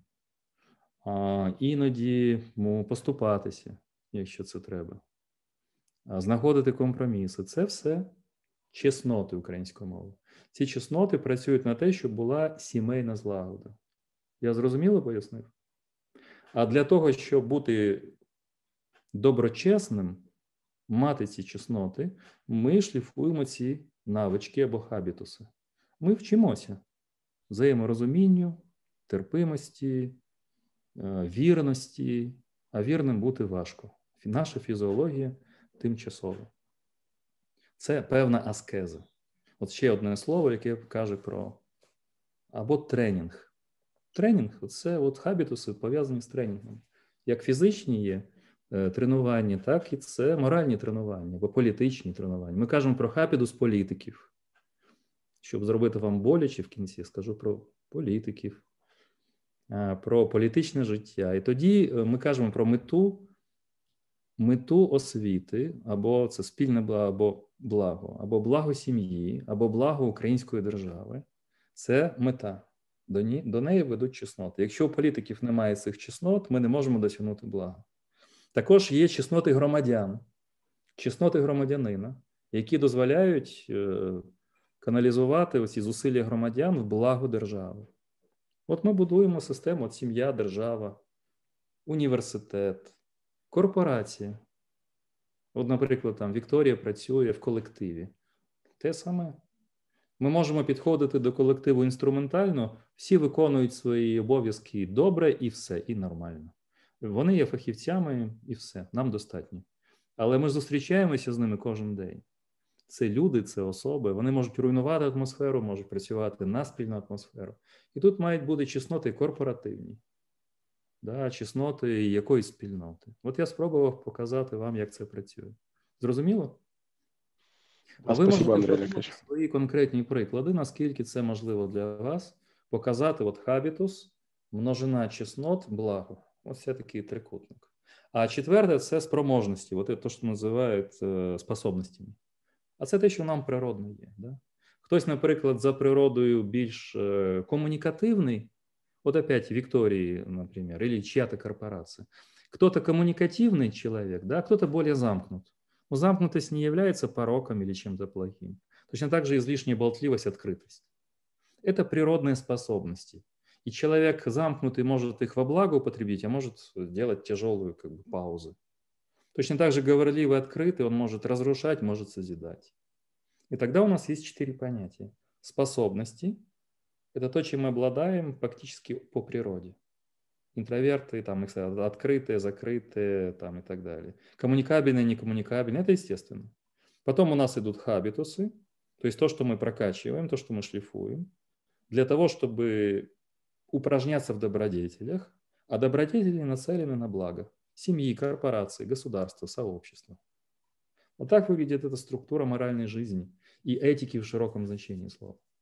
іноді поступатися, якщо це треба, знаходити компроміси. Це все чесноти української мови. Ці чесноти працюють на те, щоб була сімейна злагода. Я зрозуміло пояснив? А для того, щоб бути доброчесним, мати ці чесноти, ми шліфуємо ці навички або хабітуси. Ми вчимося взаєморозумінню, терпимості, вірності, а вірним бути важко. Наша фізіологія тимчасова. Це певна аскеза. От ще одне слово, яке каже про або тренінг. Тренінг – це от хабітуси, пов'язані з тренінгом. Як фізичні є тренування, так і це моральні тренування, або політичні тренування. Ми кажемо про хабітус політиків. Щоб зробити вам боляче в кінці, скажу про політиків, про політичне життя. І тоді ми кажемо про мету, мету освіти, або це спільне благо, або благо, або благо сім'ї, або благо української держави. Це мета. До, ні, до неї ведуть чесноти. Якщо у політиків немає цих чеснот, ми не можемо досягнути блага. Також є чесноти громадян, чесноти громадянина, які дозволяють е, каналізувати оці зусилля громадян в благо держави. От ми будуємо систему, от сім'я, держава, університет, корпорація. От, наприклад, там Вікторія працює в колективі. Те саме. Ми можемо підходити до колективу інструментально, всі виконують свої обов'язки добре і все, і нормально. Вони є фахівцями і все, нам достатньо. Але ми зустрічаємося з ними кожен день. Це люди, це особи, вони можуть руйнувати атмосферу, можуть працювати на спільну атмосферу. І тут мають бути чесноти корпоративні, да, чесноти якоїсь спільноти. От я спробував показати вам, як це працює. Зрозуміло? А ви можете подати свої конкретні приклади, наскільки це можливо для вас, показати от хабітус, множина чеснот, благо. Ось це такий трикутник. А четверте – це спроможності, от це те, що називають е, способностями. А це те, що нам природно є. Да? Хтось, наприклад, за природою більш е, комунікативний, вот опять Виктории, например, или чья-то корпорация. Кто-то коммуникативный человек, да, кто-то более замкнут. Но замкнутость не является пороком или чем-то плохим. Точно так же излишняя болтливость, открытость. Это природные способности. И человек замкнутый может их во благо употребить, а может делать тяжелую как бы, паузу. Точно так же говорливый, открытый, он может разрушать, может созидать. И тогда у нас есть четыре понятия. Способности – это то, чем мы обладаем фактически по природе. Интроверты, там, открытые, закрытые там, и так далее. Коммуникабельные, некоммуникабельные – это естественно. Потом у нас идут хабитусы, то есть то, что мы прокачиваем, то, что мы шлифуем, для того, чтобы упражняться в добродетелях, а добродетели нацелены на благо семьи, корпорации, государства, сообщества. Вот так выглядит эта структура моральной жизни и этики в широком значении слова.